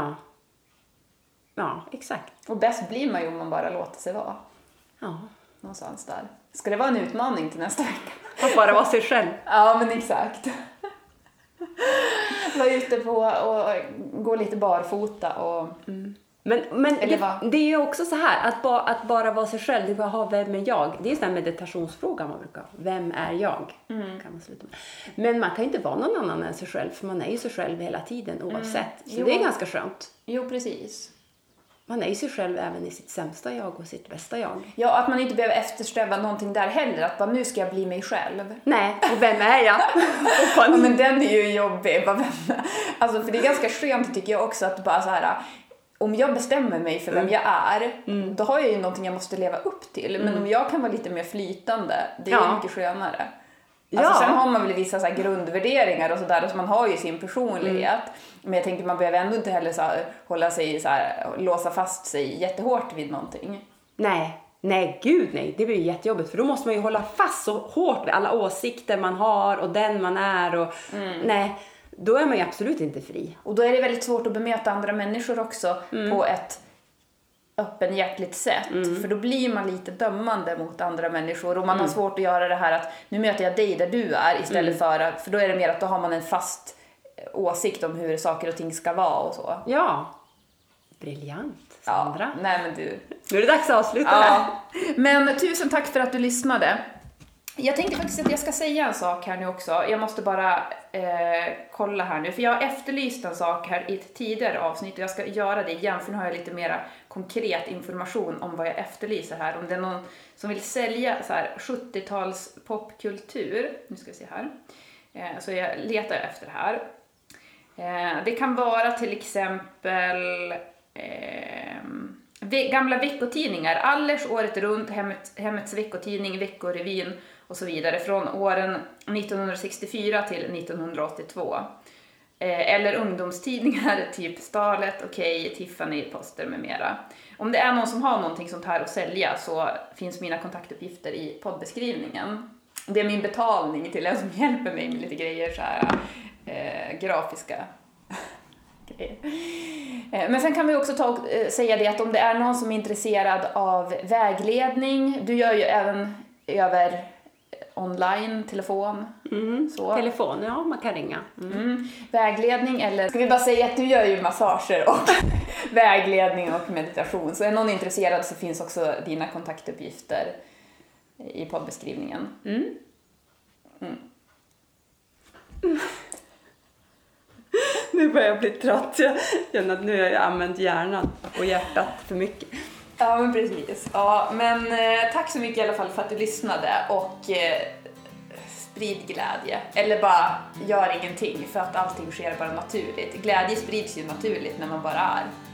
B: Ja, exakt.
A: Och bäst blir man ju om man bara låter sig vara.
B: Ja.
A: Någonstans där. Ska det vara en utmaning till nästa vecka?
B: Att bara vara sig själv.
A: Ja, men exakt. Var ute på och gå lite barfota och...
B: Men det är ju också så här, att bara vara sig själv, det är bara, vem är jag? Det är en sån här meditationsfråga man brukar ha. Vem är jag? Kan man sluta med. Men man kan ju inte vara någon annan än sig själv, för man är ju sig själv hela tiden oavsett. Så det är ganska skönt.
A: Jo, precis.
B: Man är ju sig själv även i sitt sämsta jag och sitt bästa jag.
A: Ja, att man inte behöver eftersträva någonting där heller. Att bara, nu ska jag bli mig själv.
B: Nej, och vem är jag?
A: Ja, men den är ju jobbig. Alltså, för det är ganska skönt tycker jag också att bara så här... Om jag bestämmer mig för vem jag är, då har jag ju någonting jag måste leva upp till. Men om jag kan vara lite mer flytande, det är mycket skönare. Alltså, sen har man väl vissa så här grundvärderingar och sådär, så man har ju sin personlighet. Men jag tänker man behöver ändå inte heller så här, hålla sig så här, låsa fast sig jättehårt vid någonting.
B: Nej, gud nej. Det blir jättejobbigt, för då måste man ju hålla fast så hårt vid alla åsikter man har och den man är. Och, nej, då är man ju absolut inte fri.
A: Och då är det väldigt svårt att bemöta andra människor också på ett öppenhjärtligt sätt. För då blir man lite dömande mot andra människor. Och man har svårt att göra det här att nu möter jag dig där du är istället för då är det mer att då har man en fast åsikt om hur saker och ting ska vara och så.
B: Ja, briljant, Sandra.
A: Ja, nej men du.
B: Nu är det dags att avsluta här.
A: Men tusen tack för att du lyssnade. Jag tänkte faktiskt att jag ska säga en sak här nu också. Jag måste bara kolla här nu. För jag har efterlyst en sak här i ett tidigare avsnitt. Och jag ska göra det igen, för nu har jag lite mera konkret information om vad jag efterlyser här. Om det är någon som vill sälja så här 70-tals popkultur. Nu ska vi se här. Så jag letar efter det här. Det kan vara till exempel gamla veckotidningar. Allers, Året runt, Hemmets veckotidning, Veckorevyn och så vidare från åren 1964 till 1982. Eller ungdomstidningar, typ Stalet, Okej, Tiffany, Poster med mera. Om det är någon som har någonting sånt här att sälja så finns mina kontaktuppgifter i poddbeskrivningen. Det är min betalning till en som hjälper mig med lite grejer, så här, grafiska grejer. Men sen kan vi också säga det att om det är någon som är intresserad av vägledning, du gör ju även över online, telefon.
B: Så. Telefon, ja, man kan ringa.
A: Vägledning, eller ska vi bara säga att du gör ju massager och vägledning och meditation. Så är någon intresserad så finns också dina kontaktuppgifter i poddbeskrivningen.
B: Nu börjar jag bli trött. Jag känner att nu har jag använt hjärnan och hjärtat för mycket.
A: Ja, men precis. Ja, men tack så mycket i alla fall för att du lyssnade och sprid glädje. Eller bara gör ingenting, för att allting sker bara naturligt. Glädje sprids ju naturligt när man bara är.